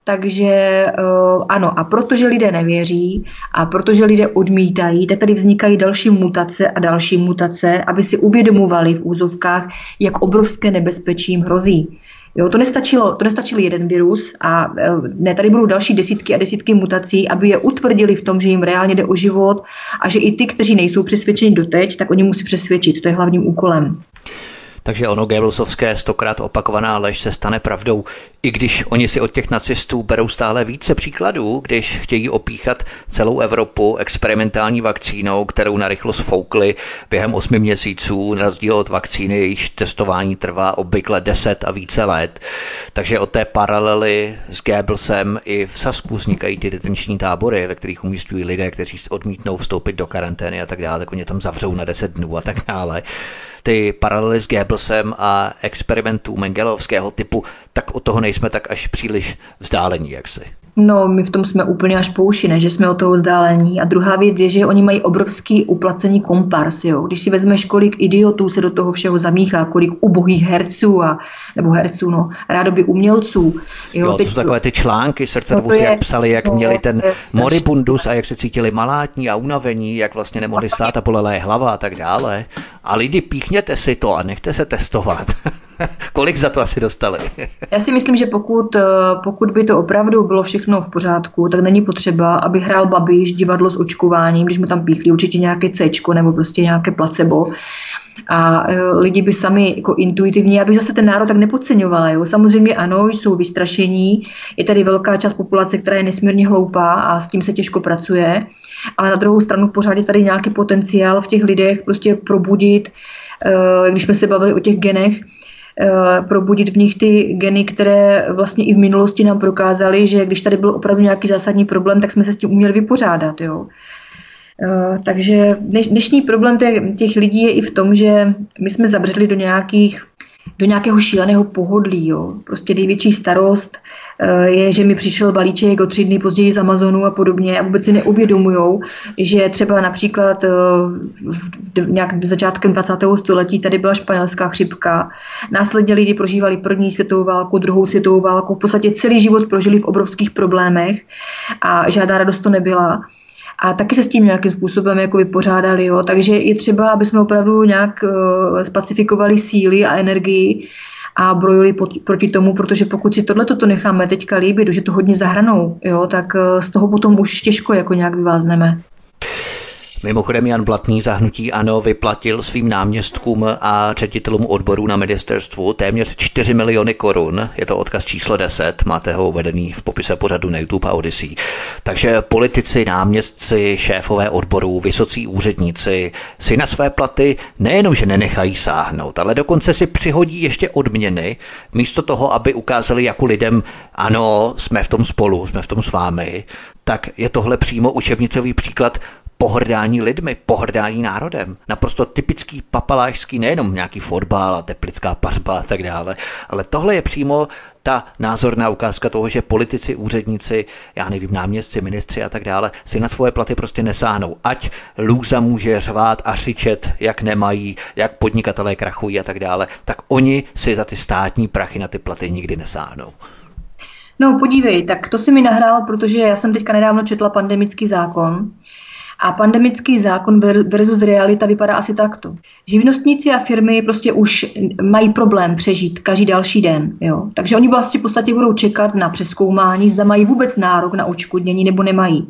takže uh, ano, a protože lidé nevěří a protože lidé odmítají, tak tady vznikají další mutace a další mutace, aby si uvědomovali v úzovkách, jak obrovské nebezpečí jim hrozí. Jo, to nestačilo, to nestačil jeden virus a ne, tady budou další desítky a desítky mutací, aby je utvrdili v tom, že jim reálně jde o život a že i ty, kteří nejsou přesvědčeni doteď, tak oni musí přesvědčit. To je hlavním úkolem. Takže ono Goebbelsovské stokrát opakovaná lež se stane pravdou, i když oni si od těch nacistů berou stále více příkladů, když chtějí opíchat celou Evropu experimentální vakcínou, kterou narychlo sfoukli během osmi měsíců, na rozdíl od vakcíny, jejíž testování trvá obvykle deset a více let. Takže od té paralely s Goebbelsem i v Sasku vznikají ty detenční tábory, ve kterých umístují lidé, kteří odmítnou vstoupit do karantény a tak dále, tak oni tam zavřou na deset dnů a tak dále. Ty paralely s Goebbelsem a experimentů mengelovského typu, tak od toho nejsme tak až příliš vzdálení, jaksi. No, my v tom jsme úplně až po uši, ne, že jsme od toho vzdálení. A druhá věc je, že oni mají obrovský uplacení kompars, jo. Když si vezmeš, kolik idiotů se do toho všeho zamíchá, kolik ubohých herců a nebo herců, no, rádoby umělců. Jo, jo, to jsou takové ty články srdcervůci, no jak psali, jak no, měli ten moribundus a jak se cítili malátní a unavení, jak vlastně nemohli stát a bolela je hlava a tak dále. A lidi, píchněte si to a nechte se testovat. Kolik za to asi dostali? Já si myslím, že pokud, pokud by to opravdu bylo všechno v pořádku, tak není potřeba, aby hrál Babiš divadlo s očkováním, když mu tam píchli určitě nějaké céčko nebo prostě nějaké placebo. A lidi by sami jako intuitivně, aby zase ten národ tak nepodceňovala. Jo. Samozřejmě ano, jsou vystrašení, je tady velká část populace, která je nesmírně hloupá a s tím se těžko pracuje, ale na druhou stranu pořád je tady nějaký potenciál v těch lidech prostě probudit, když jsme se bavili o těch genech, probudit v nich ty geny, které vlastně i v minulosti nám prokázaly, že když tady byl opravdu nějaký zásadní problém, tak jsme se s tím uměli vypořádat. Jo. Takže dnešní problém těch lidí je i v tom, že my jsme zabředli do nějakých do nějakého šíleného pohodlí. Jo. Prostě největší starost je, že mi přišel balíček o tři dny později z Amazonu a podobně a vůbec si neuvědomujou, že třeba například nějak začátkem dvacátého století tady byla španělská chřipka. Následně lidi prožívali první světovou válku, druhou světovou válku, v podstatě celý život prožili v obrovských problémech a žádná radost to nebyla. A taky se s tím nějakým způsobem jako vypořádali. Jo. Takže je třeba, aby jsme opravdu nějak uh, spacifikovali síly a energii a brojili proti tomu, protože pokud si tohle toto necháme teďka líbit, že to hodně zahranou, jo, tak uh, z toho potom už těžko jako nějak vyvázneme. Mimochodem Jan Blatný za hnutí ANO vyplatil svým náměstkům a ředitelům odborů na ministerstvu téměř čtyři miliony korun. Je to odkaz číslo deset, máte ho uvedený v popise pořadu na YouTube a Odyssey. Takže politici, náměstci, šéfové odborů, vysocí úředníci si na své platy nejenom, že nenechají sáhnout, ale dokonce si přihodí ještě odměny, místo toho, aby ukázali jako lidem, ano, jsme v tom spolu, jsme v tom s vámi, tak je tohle přímo učebnicový příklad pohrdání lidmi, pohrdání národem. Naprosto typický papalášský, nejenom nějaký fotbal a teplická pařba a tak dále, ale tohle je přímo ta názorná ukázka toho, že politici, úředníci, já nevím, náměstci, ministři a tak dále si na svoje platy prostě nesáhnou. Ať lůza může řvát a řičet, jak nemají, jak podnikatelé krachují a tak dále, tak oni si za ty státní prachy na ty platy nikdy nesáhnou. No podívej, tak to si mi nahrál, protože já jsem teďka nedávno četla pandemický zákon. A pandemický zákon versus realita vypadá asi takto. Živnostníci a firmy prostě už mají problém přežít každý další den. Jo? Takže oni vlastně v podstatě budou čekat na přezkoumání, zda mají vůbec nárok na odškodnění nebo nemají.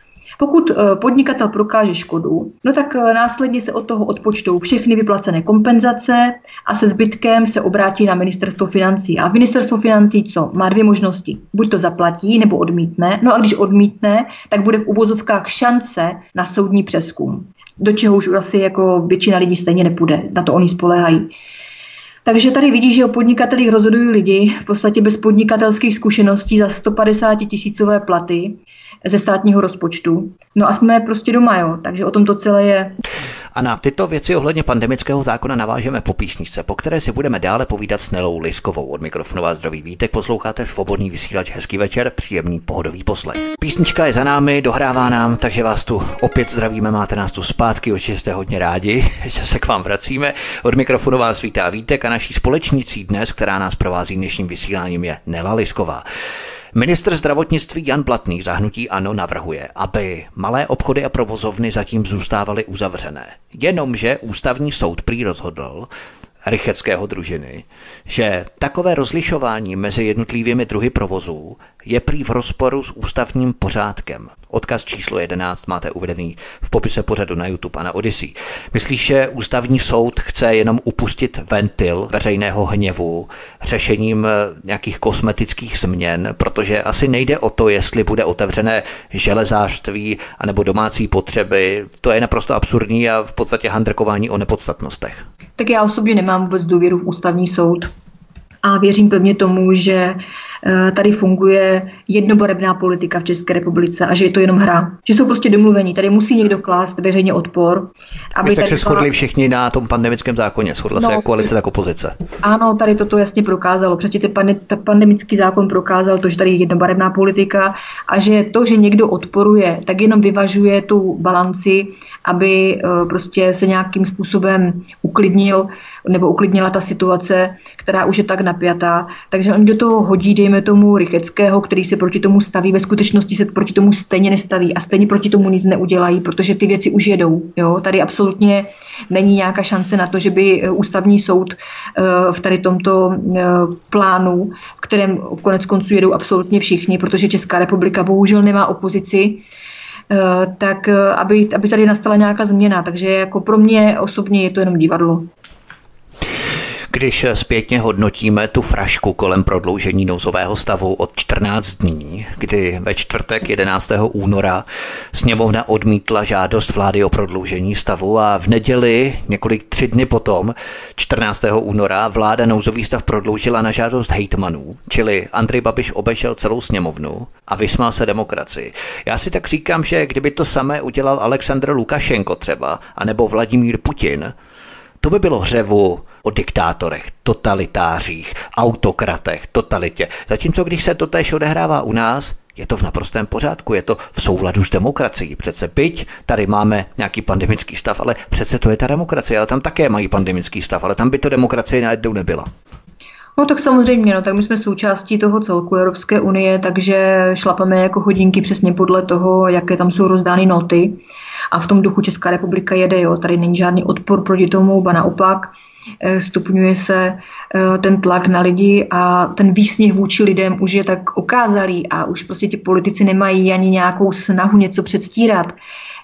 Pokud podnikatel prokáže škodu, no tak následně se od toho odpočtou všechny vyplacené kompenzace a se zbytkem se obrátí na ministerstvo financí. A ministerstvo financí co? Má dvě možnosti. Buď to zaplatí, nebo odmítne. No a když odmítne, tak bude v uvozovkách šance na soudní přezkum. Do čeho už asi jako většina lidí stejně nepůjde. Na to oni spoléhají. Takže tady vidíš, že o podnikatelích rozhodují lidi v podstatě bez podnikatelských zkušeností za sto padesát tisícové platy ze státního rozpočtu. No a jsme prostě doma, jo, takže o tom to celé je. A na tyto věci ohledně pandemického zákona navážeme po písničce, po které si budeme dále povídat s Nelou Liskovou. Od mikrofonu vás zdraví Vítek, posloucháte Svobodný vysílač, hezký večer, příjemný pohodový poslech. Písnička je za námi, dohrává nám, takže vás tu opět zdravíme, máte nás tu zpátky, určitě jste hodně rádi, že se k vám vracíme. Od mikrofonu vás vítá Vítek a naší společnicí dnes, která nás provází dnešním vysíláním, je Nela Lisková. Ministr zdravotnictví Jan Blatný za hnutí ANO navrhuje, aby malé obchody a provozovny zatím zůstávaly uzavřené. Jenomže ústavní soud prý rozhodl, Rycheckého družiny, že takové rozlišování mezi jednotlivými druhy provozů je prý v rozporu s ústavním pořádkem. Odkaz číslo jedenáct máte uvedený v popise pořadu na YouTube a na Odyssey. Myslíš, že ústavní soud chce jenom upustit ventil veřejného hněvu řešením nějakých kosmetických změn, protože asi nejde o to, jestli bude otevřené železářství anebo domácí potřeby. To je naprosto absurdní a v podstatě handrkování o nepodstatnostech. Tak já osobně nemám vůbec důvěru v ústavní soud a věřím pevně tomu, že tady funguje jednobarevná politika v České republice a že je to jenom hra. Že jsou prostě domluvení. Tady musí někdo klást veřejně odpor. Aby se tady shodli všichni na tom pandemickém zákoně. Shodla no, se jak koalice, tak opozice. Ano, tady toto jasně prokázalo. Přeci ten pandemický zákon prokázal to, že tady je jednobarevná politika a že to, že někdo odporuje, tak jenom vyvažuje tu balanci, aby prostě se nějakým způsobem uklidnil nebo uklidnila ta situace, která už je tak napjatá. Takže oni do toho hodí, dejme tomu, Rycheckého, který se proti tomu staví. Ve skutečnosti se proti tomu stejně nestaví a stejně proti tomu nic neudělají, protože ty věci už jedou. Jo? Tady absolutně není nějaká šance na to, že by ústavní soud v tady tomto plánu, v kterém konec konců jedou absolutně všichni, protože Česká republika bohužel nemá opozici, tak aby, aby tady nastala nějaká změna. Takže jako pro mě osobně je to jenom divadlo. Když zpětně hodnotíme tu frašku kolem prodloužení nouzového stavu od čtrnáct dní, kdy ve čtvrtek jedenáctého února sněmovna odmítla žádost vlády o prodloužení stavu a v neděli, několik tři dny potom, čtrnáctého února, vláda nouzový stav prodloužila na žádost hejtmanů, čili Andrej Babiš obešel celou sněmovnu a vysmál se demokracii. Já si tak říkám, že kdyby to samé udělal Alexandr Lukašenko třeba, anebo Vladimír Putin, to by bylo hřevu o diktátorech, totalitářích, autokratech, totalitě. Zatímco když se to též odehrává u nás, je to v naprostém pořádku, je to v souladu s demokracií. Přece byť tady máme nějaký pandemický stav, ale přece to je ta demokracie, ale tam také mají pandemický stav, ale tam by to demokracie najednou nebyla. No tak samozřejmě, no tak my jsme součástí toho celku Evropské unie, takže šlapeme jako hodinky přesně podle toho, jaké tam jsou rozdány noty. A v tom duchu Česká republika jede, jo. Tady není žádný odpor proti tomu, ba naopak stupňuje se ten tlak na lidi a ten výsměch vůči lidem už je tak okázalý a už prostě ti politici nemají ani nějakou snahu něco předstírat.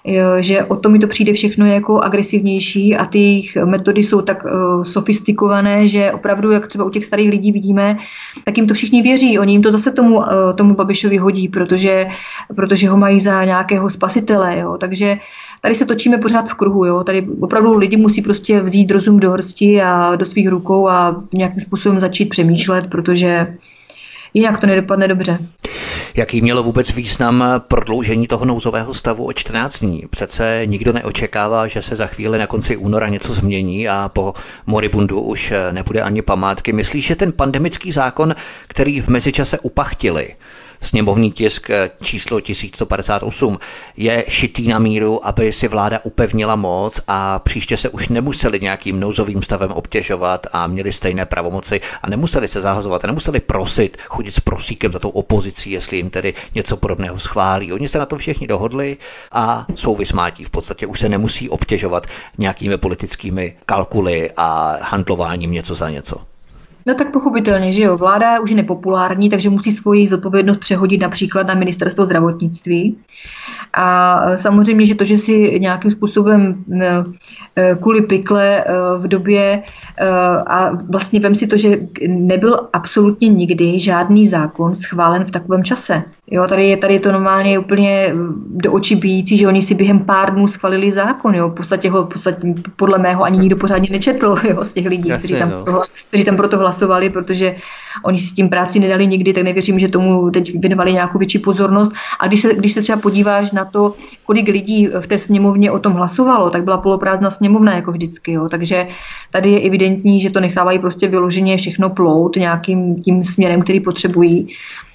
že o to mi to přijde všechno jako agresivnější a ty jejich metody jsou tak uh, sofistikované, že opravdu, jak třeba u těch starých lidí vidíme, tak jim to všichni věří. Oni jim to zase tomu, uh, tomu Babišovi hodí, protože, protože ho mají za nějakého spasitele. Jo. Takže tady se točíme pořád v kruhu. Jo. Tady opravdu lidi musí prostě vzít rozum do hrsti a do svých rukou a nějakým způsobem začít přemýšlet, protože jinak to nedopadne dobře. Jaký mělo vůbec význam prodloužení toho nouzového stavu o čtrnáct dní? Přece nikdo neočekává, že se za chvíli na konci února něco změní a po moribundu už nebude ani památky. Myslíš, že ten pandemický zákon, který v mezičase upachtili, sněmovní tisk číslo tisíc sto padesát osm, je šitý na míru, aby si vláda upevnila moc a příště se už nemuseli nějakým nouzovým stavem obtěžovat a měli stejné pravomoci a nemuseli se zahazovat a nemuseli prosit, chodit s prosíkem za tou opozicí, jestli jim tedy něco podobného schválí. Oni se na to všichni dohodli a jsou vysmátí. V podstatě už se nemusí obtěžovat nějakými politickými kalkuly a handlováním něco za něco. No tak pochopitelně, že jo, vláda už je nepopulární, takže musí svoji zodpovědnost přehodit například na ministerstvo zdravotnictví. A samozřejmě, že to, že si nějakým způsobem kvůli pikle v době a vlastně vem si to, že nebyl absolutně nikdy žádný zákon schválen v takovém čase. Jo, tady je, tady je to normálně úplně do očí bijící, že oni si během pár dnů schválili zákon. Jo. V podstatě ho v podstatě, podle mého ani nikdo pořádně nečetl, jo, z těch lidí, Jasně, kteří, tam no. prohla, kteří tam proto hlasovali, protože oni si s tím práci nedali nikdy, tak nevěřím, že tomu teď věnovali nějakou větší pozornost. A když se, když se třeba podíváš na to, kolik lidí v té sněmovně o tom hlasovalo, tak byla poloprázdná sněmovna jako vždycky. Jo. Takže tady je evidentní, že to nechávají prostě vyloženě všechno plout nějakým tím směrem, který potřebují.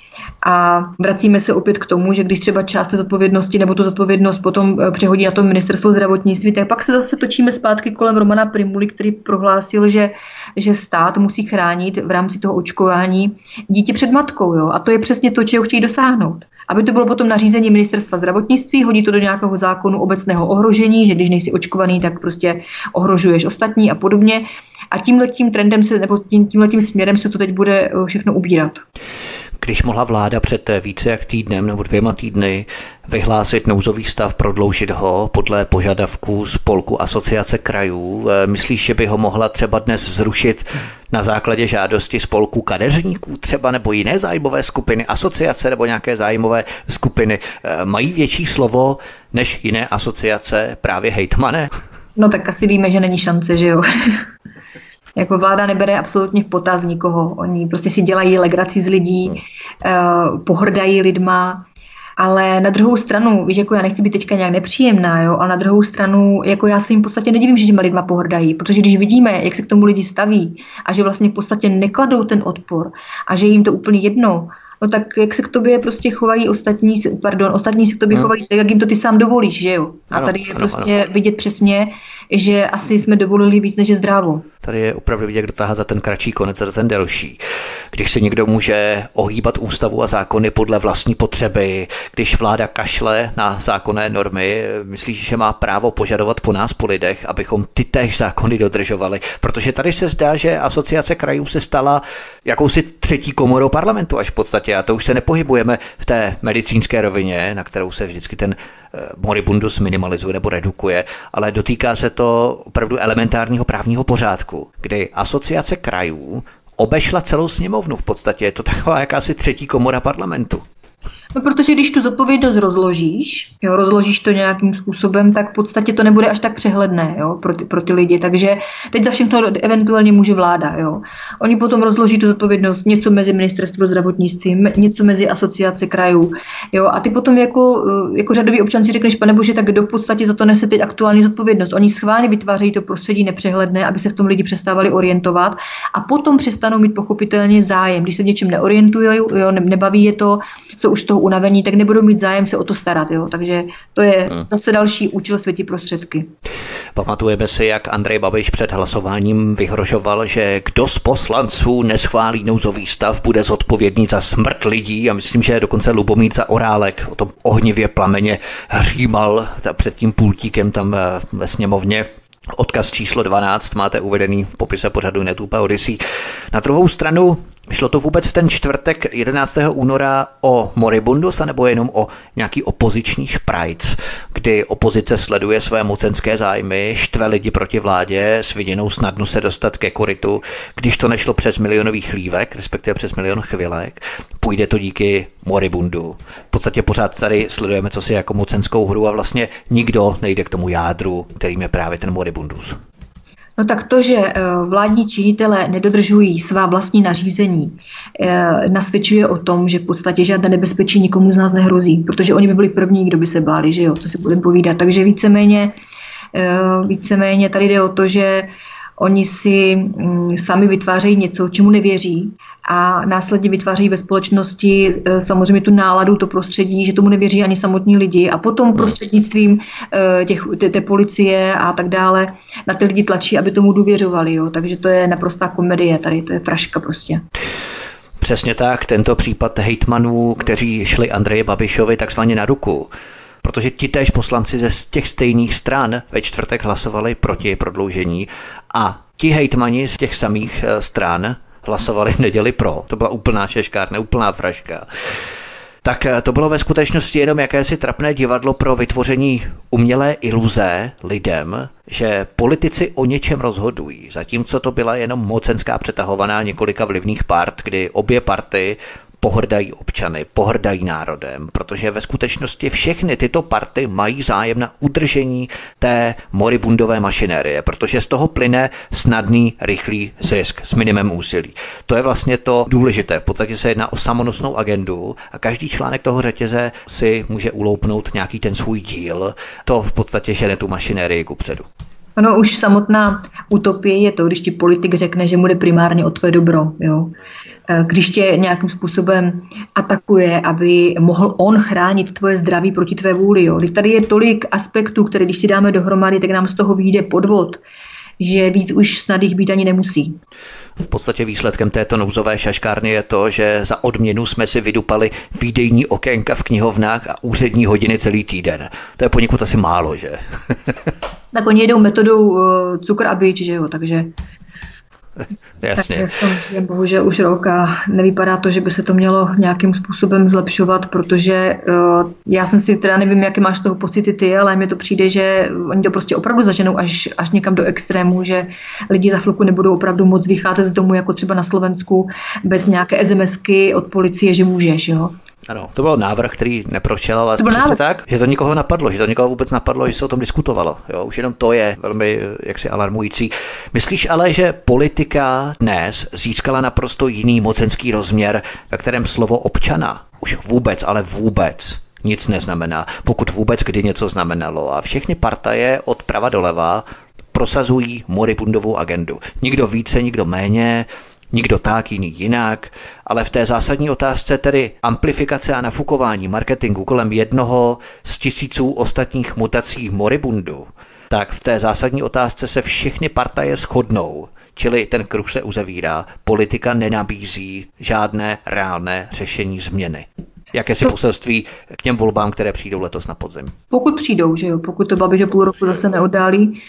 A vracíme se opět k tomu, že když třeba část té zodpovědnosti nebo tu zodpovědnost potom přehodí na to ministerstvo zdravotnictví, tak pak se zase točíme zpátky kolem Romana Prymuly, který prohlásil, že, že stát musí chránit v rámci toho očkování dítě před matkou. Jo? A to je přesně to, čeho chtějí dosáhnout. Aby to bylo potom nařízení ministerstva zdravotnictví, hodí to do nějakého zákonu obecného ohrožení, že když nejsi očkovaný, tak prostě ohrožuješ ostatní a podobně. A tímhletím trendem se, nebo tím, tímhletím směrem se to teď bude všechno ubírat. Když mohla vláda před více jak týdnem nebo dvěma týdny vyhlásit nouzový stav, prodloužit ho podle požadavků spolku Asociace krajů, myslíš, že by ho mohla třeba dnes zrušit na základě žádosti spolku kadeřníků třeba nebo jiné zájmové skupiny, asociace nebo nějaké zájmové skupiny? Mají větší slovo než jiné asociace právě hejtmane? No tak asi víme, že není šance, že jo. Jako vláda nebere absolutně v potaz nikoho. Oni prostě si dělají legraci z lidí, uh, pohrdají lidma, ale na druhou stranu, víš, jako já nechci být teďka nějak nepříjemná, jo, ale na druhou stranu, jako já se jim v podstatě nedivím, že těma lidma pohrdají, protože když vidíme, jak se k tomu lidi staví a že vlastně v podstatě nekladou ten odpor a že jim to úplně jedno, no tak jak se k tobě prostě chovají ostatní, pardon, ostatní se k tobě hmm. chovají tak, jak jim to ty sám dovolíš, že jo. A ano, tady je ano, prostě ano. vidět přesně, že asi jsme dovolili víc, než je zdrávo. Tady je opravdu vidět, kdo tahá za ten kratší konec a za ten delší. Když si někdo může ohýbat ústavu a zákony podle vlastní potřeby, když vláda kašle na zákonné normy, myslíš, že má právo požadovat po nás, po lidech, abychom ty též zákony dodržovali? Protože tady se zdá, že Asociace krajů se stala jakousi třetí komorou parlamentu až v podstatě. A to už se nepohybujeme v té medicínské rovině, na kterou se vždycky ten moribundus minimalizuje nebo redukuje, ale dotýká se to opravdu elementárního právního pořádku, kdy Asociace krajů obešla celou sněmovnu v podstatě. Je to taková jakási třetí komora parlamentu. No, protože když tu zodpovědnost rozložíš, jo, rozložíš to nějakým způsobem, tak v podstatě to nebude až tak přehledné, jo, pro ty, pro ty lidi. Takže teď za všechno eventuálně může vláda, jo. Oni potom rozloží tu zodpovědnost něco mezi ministerstvo zdravotnictví, něco mezi Asociace krajů, jo. A ty potom jako, jako řadový občan si řekneš, pane bože, tak kdo v podstatě za to nese teď aktuální zodpovědnost. Oni schválně vytvářejí to prostředí nepřehledné, aby se v tom lidi přestávali orientovat a potom přestanou mít pochopitelně zájem. Když se v něčem neorientují, jo, nebaví je to, co už toho unavení, tak nebudou mít zájem se o to starat. Jo? Takže to je zase další účel světí prostředky. Pamatujeme si, jak Andrej Babiš před hlasováním vyhrožoval, že kdo z poslanců neschválí nouzový stav, bude zodpovědný za smrt lidí a myslím, že dokonce Lubomír Zaorálek o tom ohnivě plameně hřímal před tím pultíkem tam ve sněmovně. Odkaz číslo dvanáct máte uvedený v popise pořadu Netůpa Odyssey. Na druhou stranu Šlo to vůbec v ten čtvrtek jedenáctého února o moribundus, anebo jenom o nějaký opoziční šprajc, kdy opozice sleduje své mocenské zájmy, štve lidi proti vládě s viděnou snadno se dostat ke korytu, když to nešlo přes milionový chlívek, respektive přes milion chvilek, půjde to díky moribundu. V podstatě pořád tady sledujeme co si jako mocenskou hru a vlastně nikdo nejde k tomu jádru, kterým je právě ten moribundus. No tak to, že vládní činitelé nedodržují svá vlastní nařízení, nasvědčuje o tom, že v podstatě žádné nebezpečí nikomu z nás nehrozí, protože oni by byli první, kdo by se báli, že jo, co si budeme povídat. Takže víceméně, víceméně tady jde o to, že oni si sami vytvářejí něco, čemu nevěří a následně vytvářejí ve společnosti samozřejmě tu náladu, to prostředí, že tomu nevěří ani samotní lidi a potom prostřednictvím těch, té, té policie a tak dále na ty lidi tlačí, aby tomu důvěřovali. Jo. Takže to je naprostá komedie tady, to je fraška prostě. Přesně tak, tento případ hejtmanů, kteří šli Andreji Babišovi takzvaně na ruku, protože ti též poslanci ze těch stejných stran ve čtvrtek hlasovali proti prodloužení a ti hejtmani z těch samých stran hlasovali v neděli pro. To byla úplná šeškárna, úplná fraška. Tak to bylo ve skutečnosti jenom jakési trapné divadlo pro vytvoření umělé iluze lidem, že politici o něčem rozhodují, zatímco to byla jenom mocenská přetahovaná několika vlivných part, kdy obě party pohrdají občany, pohrdají národem, protože ve skutečnosti všechny tyto party mají zájem na udržení té moribundové mašinérie, protože z toho plyne snadný, rychlý zisk s minimem úsilí. To je vlastně to důležité. V podstatě se jedná o samonosnou agendu a každý článek toho řetěze si může uloupnout nějaký ten svůj díl. To v podstatě žene tu mašinérii kupředu. Ono už samotná utopie je to, když ti politik řekne, že mu jde primárně o tvoje dobro. Jo? Když tě nějakým způsobem atakuje, aby mohl on chránit tvoje zdraví proti tvé vůli. Jo? Tady je tolik aspektů, které když si dáme dohromady, tak nám z toho vyjde podvod, že víc už snad jich být ani nemusí. V podstatě výsledkem této nouzové šaškárny je to, že za odměnu jsme si vydupali výdejní okénka v knihovnách a úřední hodiny celý týden. To je poněkud asi málo, že? Tak oni jedou metodou uh, cukr a bič, že jo, takže... Jasně. Takže v tom je bohužel už rok a nevypadá to, že by se to mělo nějakým způsobem zlepšovat, protože uh, já jsem si teda nevím, jaké máš z toho pocity ty, ale mně to přijde, že oni to prostě opravdu zaženou až, až někam do extrému, že lidi za chvilku nebudou opravdu moc vycházet z domu, jako třeba na Slovensku, bez nějaké SMSky od policie, že můžeš, jo. Ano, to byl návrh, který neprošel, ale přesně tak, že to nikoho napadlo, že to nikoho vůbec napadlo, že se o tom diskutovalo. Jo, už jenom to je velmi jaksi alarmující. Myslíš ale, že politika dnes získala naprosto jiný mocenský rozměr, ve kterém slovo občana už vůbec, ale vůbec nic neznamená, pokud vůbec kdy něco znamenalo a všechny partaje od prava doleva prosazují moribundovou agendu. Nikdo více, nikdo méně, nikdo tak, jiný jinak, ale v té zásadní otázce tedy amplifikace a nafukování marketingu kolem jednoho z tisíců ostatních mutací moribundu, tak v té zásadní otázce se všechny partaje shodnou, čili ten kruh se uzavírá, politika nenabízí žádné reálné řešení změny. Jaké si poselství k těm volbám, které přijdou letos na podzim? Pokud přijdou, že jo, pokud to Babiš půl roku zase neoddálí.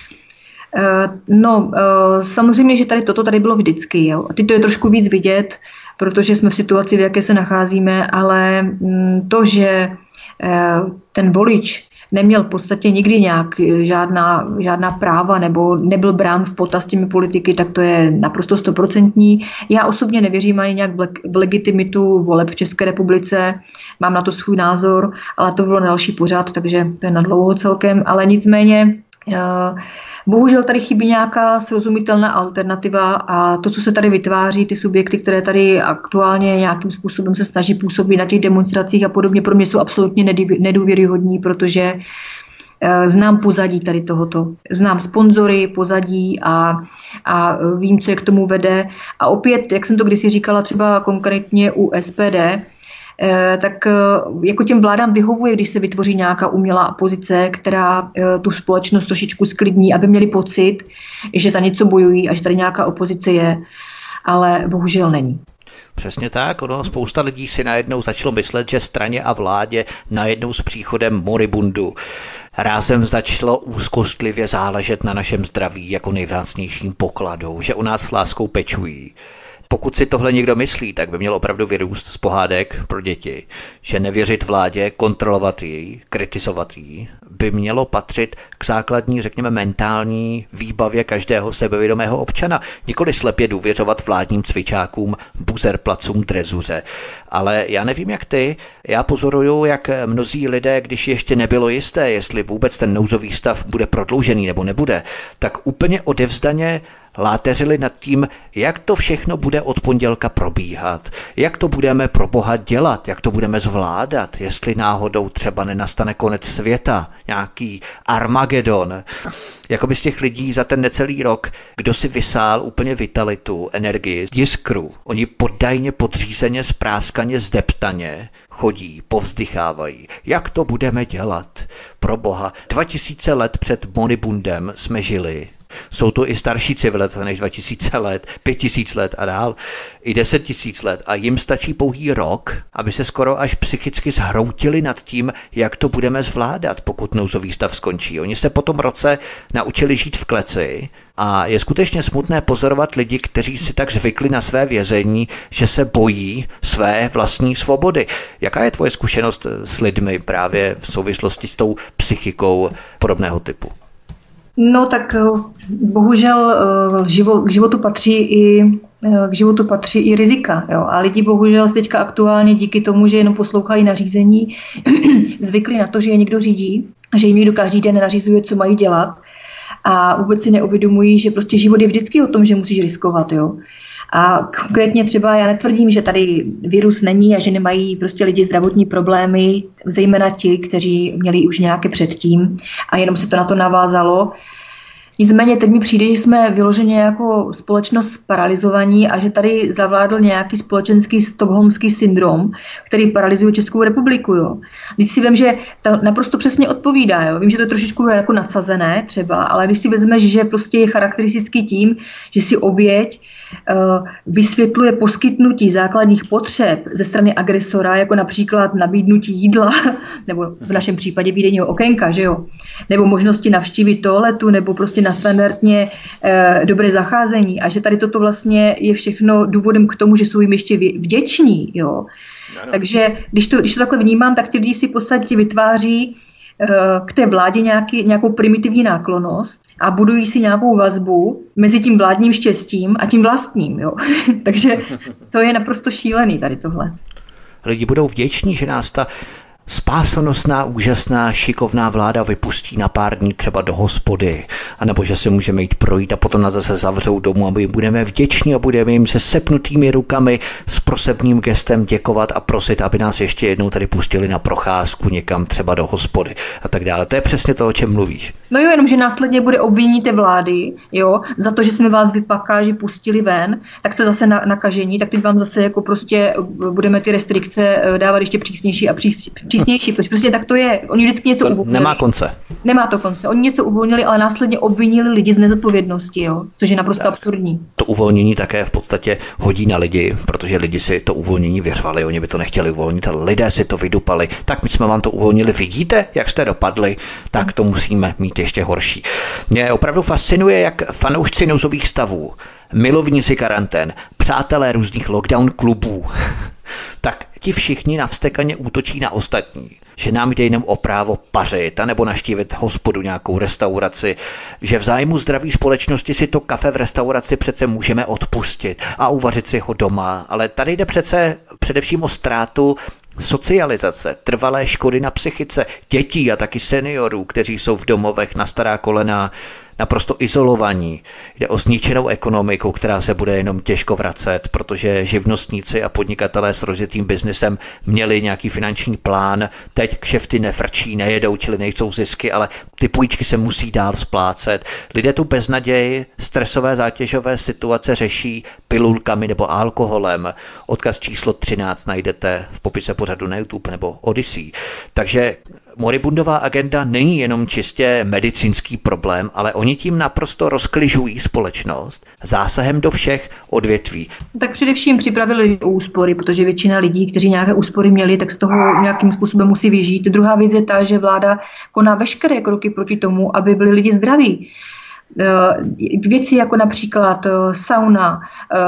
No, samozřejmě, že tady toto tady bylo vždycky. Jo. A teď to je trošku víc vidět, protože jsme v situaci, v jaké se nacházíme, ale to, že ten volič neměl v podstatě nikdy nějak žádná, žádná práva nebo nebyl brán v potaz těmi politiky, tak to je naprosto stoprocentní. Já osobně nevěřím ani nějak v legitimitu voleb v České republice, mám na to svůj názor, ale to bylo na další pořad, takže to je na dlouho celkem, ale nicméně bohužel tady chybí nějaká srozumitelná alternativa a to, co se tady vytváří, ty subjekty, které tady aktuálně nějakým způsobem se snaží působit na těch demonstracích a podobně, pro mě jsou absolutně nedůvěryhodní, protože znám pozadí tady tohoto. Znám sponzory, pozadí a, a vím, co je k tomu vede. A opět, jak jsem to kdysi říkala třeba konkrétně u S P D, tak jako těm vládám vyhovuje, když se vytvoří nějaká umělá opozice, která tu společnost trošičku sklidní, aby měli pocit, že za něco bojují a že tady nějaká opozice je, ale bohužel není. Přesně tak, ono spousta lidí si najednou začalo myslet, že straně a vládě najednou s příchodem moribundu rázem začalo úzkostlivě záležet na našem zdraví jako nejvzácnějším pokladou, že o nás s láskou pečují. Pokud si tohle někdo myslí, tak by měl opravdu vyrůst z pohádek pro děti, že nevěřit vládě, kontrolovat ji, kritizovat ji, by mělo patřit k základní, řekněme, mentální výbavě každého sebevědomého občana. Nikoli slepě důvěřovat vládním cvičákům, buzerplacům, drezuře. Ale já nevím, jak ty, já pozoruju, jak mnozí lidé, když ještě nebylo jisté, jestli vůbec ten nouzový stav bude prodloužený nebo nebude, tak úplně odevzdaně láteřili nad tím, jak to všechno bude od pondělka probíhat, jak to budeme pro Boha dělat, jak to budeme zvládat, jestli náhodou třeba nenastane konec světa, nějaký Armagedon. Jakoby z těch lidí za ten necelý rok, kdo si vysál úplně vitalitu, energii, jiskru, oni poddajně, podřízeně, spráskaně, zdeptaně chodí, povzdychávají. Jak to budeme dělat? Pro Boha, dva tisíce let před moribundem jsme žili. Jsou to i starší civilizace než dva tisíce let, pět tisíc let a dál, i deset tisíc let a jim stačí pouhý rok, aby se skoro až psychicky zhroutili nad tím, jak to budeme zvládat, pokud nouzový stav skončí. Oni se po tom roce naučili žít v kleci a je skutečně smutné pozorovat lidi, kteří si tak zvykli na své vězení, že se bojí své vlastní svobody. Jaká je tvoje zkušenost s lidmi právě v souvislosti s tou psychikou podobného typu? No tak bohužel k životu patří i, k životu patří i rizika. Jo? A lidi bohužel teďka aktuálně díky tomu, že jenom poslouchají nařízení, zvykli na to, že je někdo řídí, že jim někdo každý den nařizuje, co mají dělat a vůbec si neuvědomují, že prostě život je vždycky o tom, že musíš riskovat. Jo? A konkrétně třeba já netvrdím, že tady virus není a že nemají prostě lidi zdravotní problémy, zejména ti, kteří měli už nějaké předtím a jenom se to na to navázalo. Nicméně teď mi přijde, že jsme vyloženě jako společnost paralizovaní a že tady zavládl nějaký společenský stockholmský syndrom, který paralyzuje Českou republiku. Jo. Když si vím, že to naprosto přesně odpovídá, jo. Vím, že to je trošičku jako nadsazené třeba, ale když si vezmeš, že prostě je charakteristický tím, že si oběť uh, vysvětluje poskytnutí základních potřeb ze strany agresora, jako například nabídnutí jídla, nebo v našem případě výdejního okénka, že jo, nebo možnosti navštívit toaletu, nebo prostě na standardně e, dobré zacházení a že tady toto vlastně je všechno důvodem k tomu, že jsou jim ještě vděční. Jo. Takže když to, když to takhle vnímám, tak ty lidi si v podstatě vytváří e, k té vládě nějaký, nějakou primitivní náklonnost a budují si nějakou vazbu mezi tím vládním štěstím a tím vlastním. Jo. Takže to je naprosto šílený tady tohle. Lidi budou vděční, že nás ta spásonosná, úžasná, šikovná vláda vypustí na pár dní třeba do hospody, anebo že se můžeme jít projít a potom nás zase zavřou domů a my budeme vděční a budeme jim se sepnutými rukami s prosebným gestem děkovat a prosit, aby nás ještě jednou tady pustili na procházku někam třeba do hospody a tak dále. To je přesně to, o čem mluvíš. No jo, jenom, že následně bude obviní té vlády, jo, za to, že jsme vás vypakáži pustili ven, tak jste zase na, nakažení, tak teď vám zase jako prostě budeme ty restrikce dávat ještě přísnější a přísnější. Přísnější, protože prostě tak to je. Oni vždycky něco to uvolnili. Nemá konce. Nemá to konce. Oni něco uvolnili, ale následně obvinili lidi z nezodpovědnosti, jo? Což je naprosto tak absurdní. To uvolnění také v podstatě hodí na lidi, protože lidi si to uvolnění vyřvali, oni by to nechtěli uvolnit, ale lidé si to vydupali. Tak my jsme vám to uvolnili, vidíte, jak jste dopadli, tak to musíme mít ještě horší. Mě opravdu fascinuje, jak fanoušci nouzových stavů, milovníci karantén, přátelé různých lockdown klubů, tak ti všichni navstekaně útočí na ostatní. Že nám jde jenom o právo pařit, anebo naštívit hospodu, nějakou restauraci, že v zájmu zdraví společnosti si to kafe v restauraci přece můžeme odpustit a uvařit si ho doma. Ale tady jde přece především o ztrátu socializace, trvalé škody na psychice dětí a taky seniorů, kteří jsou v domovech na stará kolena, naprosto izolovaní. Jde o zničenou ekonomiku, která se bude jenom těžko vracet, protože živnostníci a podnikatelé s rozjetým biznesem měli nějaký finanční plán, teď kšefty nefrčí, nejedou, čili nejsou zisky, ale ty půjčky se musí dál splácet. Lidé tu beznaději, stresové zátěžové situace řeší pilulkami nebo alkoholem. Odkaz číslo třináct najdete v popise pořadu na YouTube nebo Odyssey. Takže moribundová agenda není jenom čistě medicínský problém, ale oni tím naprosto rozkližují společnost zásahem do všech odvětví. Tak především připravili úspory, protože většina lidí, kteří nějaké úspory měli, tak z toho nějakým způsobem musí vyžít. Druhá věc je ta, že vláda koná veškeré kroky proti tomu, aby byli lidi zdraví. Věci jako například sauna,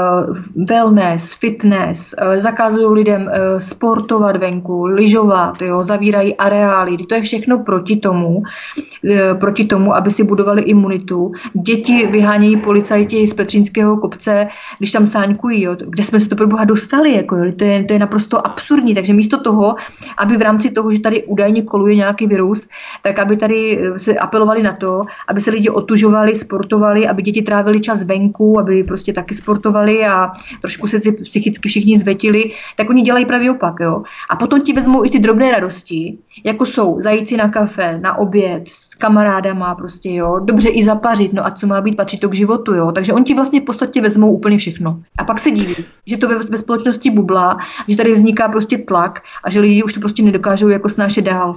wellness, fitness, zakazují lidem sportovat venku, lyžovat, jo, zavírají areály. To je všechno proti tomu, proti tomu, aby si budovali imunitu. Děti vyhánějí policajti z Petřínského kopce, když tam sáňkují, jo. Kde jsme se to pro boha dostali, jako, jo. To je, to je naprosto absurdní. Takže místo toho, aby v rámci toho, že tady údajně koluje nějaký virus, tak aby tady se apelovali na to, aby se lidi otužovali, sportovali, aby děti trávili čas venku, aby prostě taky sportovali a trošku se si psychicky všichni zvetili, tak oni dělají pravý opak. Jo? A potom ti vezmou i ty drobné radosti, jako jsou zajít si na kafe, na oběd, s kamarádama, prostě, jo, dobře i zapařit, no a co má být, patří to k životu, jo. Takže oni ti vlastně v podstatě vezmou úplně všechno. A pak se diví, že to ve, ve společnosti bublá, že tady vzniká prostě tlak a že lidi už to prostě nedokážou jako snášet dál.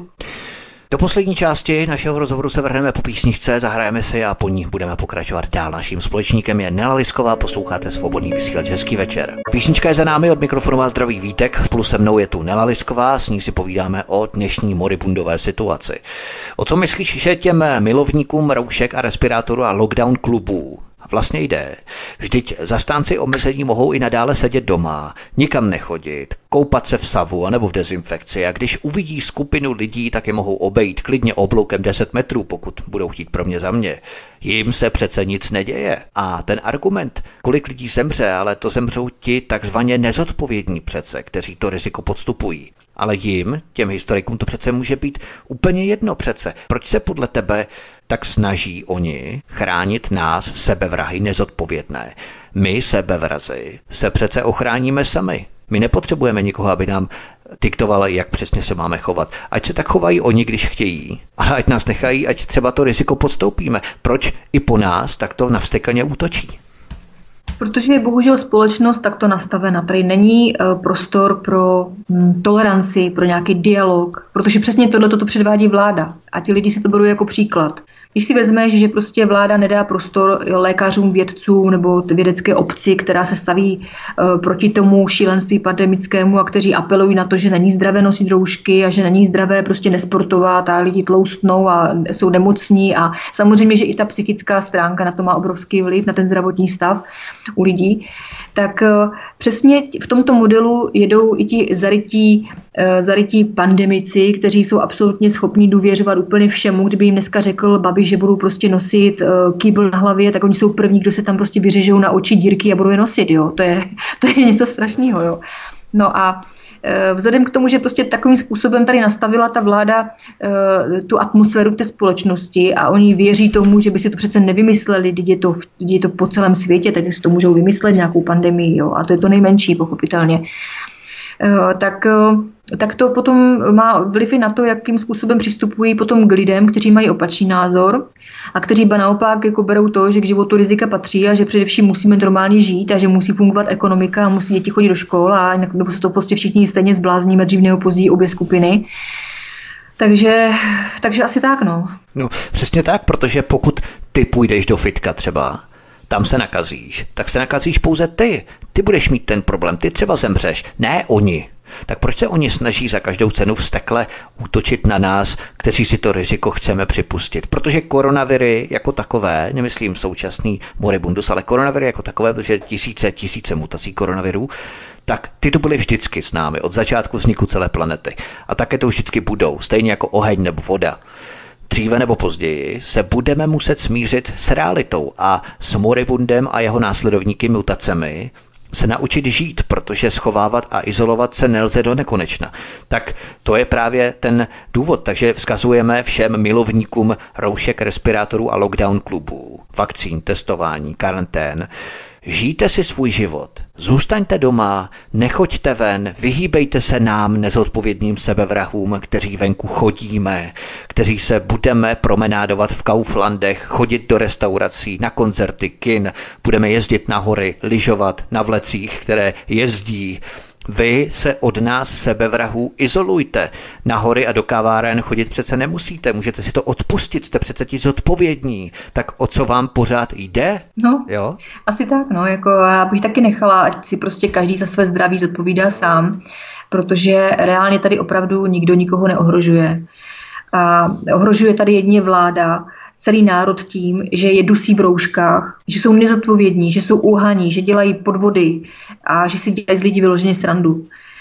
Do poslední části našeho rozhovoru se vrhneme po písničce, zahrajeme si a po ní budeme pokračovat dál. Naším společníkem je Nela Lisková, posloucháte Svobodný vysílač, hezký večer. Písnička je za námi, od mikrofonu vás zdraví Vítek, spolu se mnou je tu Nela Lisková, s ní si povídáme o dnešní moribundové situaci. O co myslíš, že těm milovníkům roušek a respirátorů a lockdown klubů vlastně jde? Vždyť zastánci omezení mohou i nadále sedět doma, nikam nechodit, koupat se v savu anebo v dezinfekci a když uvidí skupinu lidí, tak je mohou obejít klidně obloukem deset metrů, pokud budou chtít pro mě za mě. Jim se přece nic neděje. A ten argument, kolik lidí zemře, ale to zemřou ti takzvaně nezodpovědní přece, kteří to riziko podstupují. Ale jim, těm historikům, to přece může být úplně jedno přece. Proč se podle tebe tak snaží oni chránit nás, sebevrahy nezodpovědné? My, sebevrazi, se přece ochráníme sami. My nepotřebujeme nikoho, aby nám diktoval, jak přesně se máme chovat. Ať se tak chovají oni, když chtějí. Ale ať nás nechají, ať třeba to riziko podstoupíme. Proč i po nás takto navstekaně útočí? Protože je bohužel společnost takto nastavena. Tady není uh, prostor pro hm, toleranci, pro nějaký dialog, protože přesně tohle toto předvádí vláda. A ti lidi si to berou jako příklad. Když si vezmeš, že prostě vláda nedá prostor lékařům, vědcům nebo vědecké obci, která se staví uh, proti tomu šílenství pandemickému a kteří apelují na to, že není zdravé nosit roušky a že není zdravé prostě nesportovat a lidi tloustnou a jsou nemocní a samozřejmě, že i ta psychická stránka na to má obrovský vliv, na ten zdravotní stav u lidí, tak uh, přesně v tomto modelu jedou i ti zarytí, uh, zarytí pandemici, kteří jsou absolutně schopni důvěřovat úplně všemu. Kdyby jim dneska řekl Babiš, že budou prostě nosit uh, kýbl na hlavě, tak oni jsou první, kdo se tam prostě vyřežou na oči dírky a budou je nosit, jo. To je, to je něco strašného, jo. No a uh, vzhledem k tomu, že prostě takovým způsobem tady nastavila ta vláda uh, tu atmosféru v té společnosti a oni věří tomu, že by si to přece nevymysleli, když je to, když je to po celém světě, tak si to můžou vymyslet nějakou pandemii, jo. A to je to nejmenší, pochopitelně. Uh, tak uh, tak to potom má vliv i na to, jakým způsobem přistupují potom k lidem, kteří mají opačný názor a kteří ba naopak jako berou to, že k životu rizika patří a že především musíme normálně žít a že musí fungovat ekonomika a musí děti chodit do škol a nebo se to prostě všichni stejně zblázníme dřív nebo později obě skupiny. Takže, takže asi tak, no. No, přesně tak, protože pokud ty půjdeš do fitka třeba, tam se nakazíš, tak se nakazíš pouze ty. Ty budeš mít ten problém, ty třeba zemřeš, ne oni. Tak proč se oni snaží za každou cenu vztekle útočit na nás, kteří si to riziko chceme připustit? Protože koronaviry jako takové, nemyslím současný moribundus, ale koronaviry jako takové, protože tisíce, tisíce mutací koronavirů, tak ty tu byly vždycky s námi od začátku vzniku celé planety. A také to vždycky budou, stejně jako oheň nebo voda. Dříve nebo později se budeme muset smířit s realitou a s moribundem a jeho následovníky mutacemi se naučit žít, protože schovávat a izolovat se nelze do nekonečna. Tak to je právě ten důvod, takže vzkazujeme všem milovníkům roušek, respirátorů a lockdown klubů, vakcín, testování, karantén. Žijte si svůj život, zůstaňte doma, nechoďte ven, vyhýbejte se nám, nezodpovědným sebevrahům, kteří venku chodíme, kteří se budeme promenádovat v Kauflandech, chodit do restaurací, na koncerty, kin, budeme jezdit na hory, lyžovat na vlecích, které jezdí. Vy se od nás sebevrahů izolujte. Na hory a do kaváren chodit přece nemusíte, můžete si to odpustit, jste přece ti zodpovědní. Tak o co vám pořád jde? No, jo? Asi tak, no, jako já bych taky nechala, ať si prostě každý za své zdraví zodpovídá sám, protože reálně tady opravdu nikdo nikoho neohrožuje. A ohrožuje tady jedině vláda, celý národ tím, že je dusí v rouškách, že jsou nezodpovědní, že jsou úhaní, že dělají podvody a že si dělají z lidí vyloženě srandu.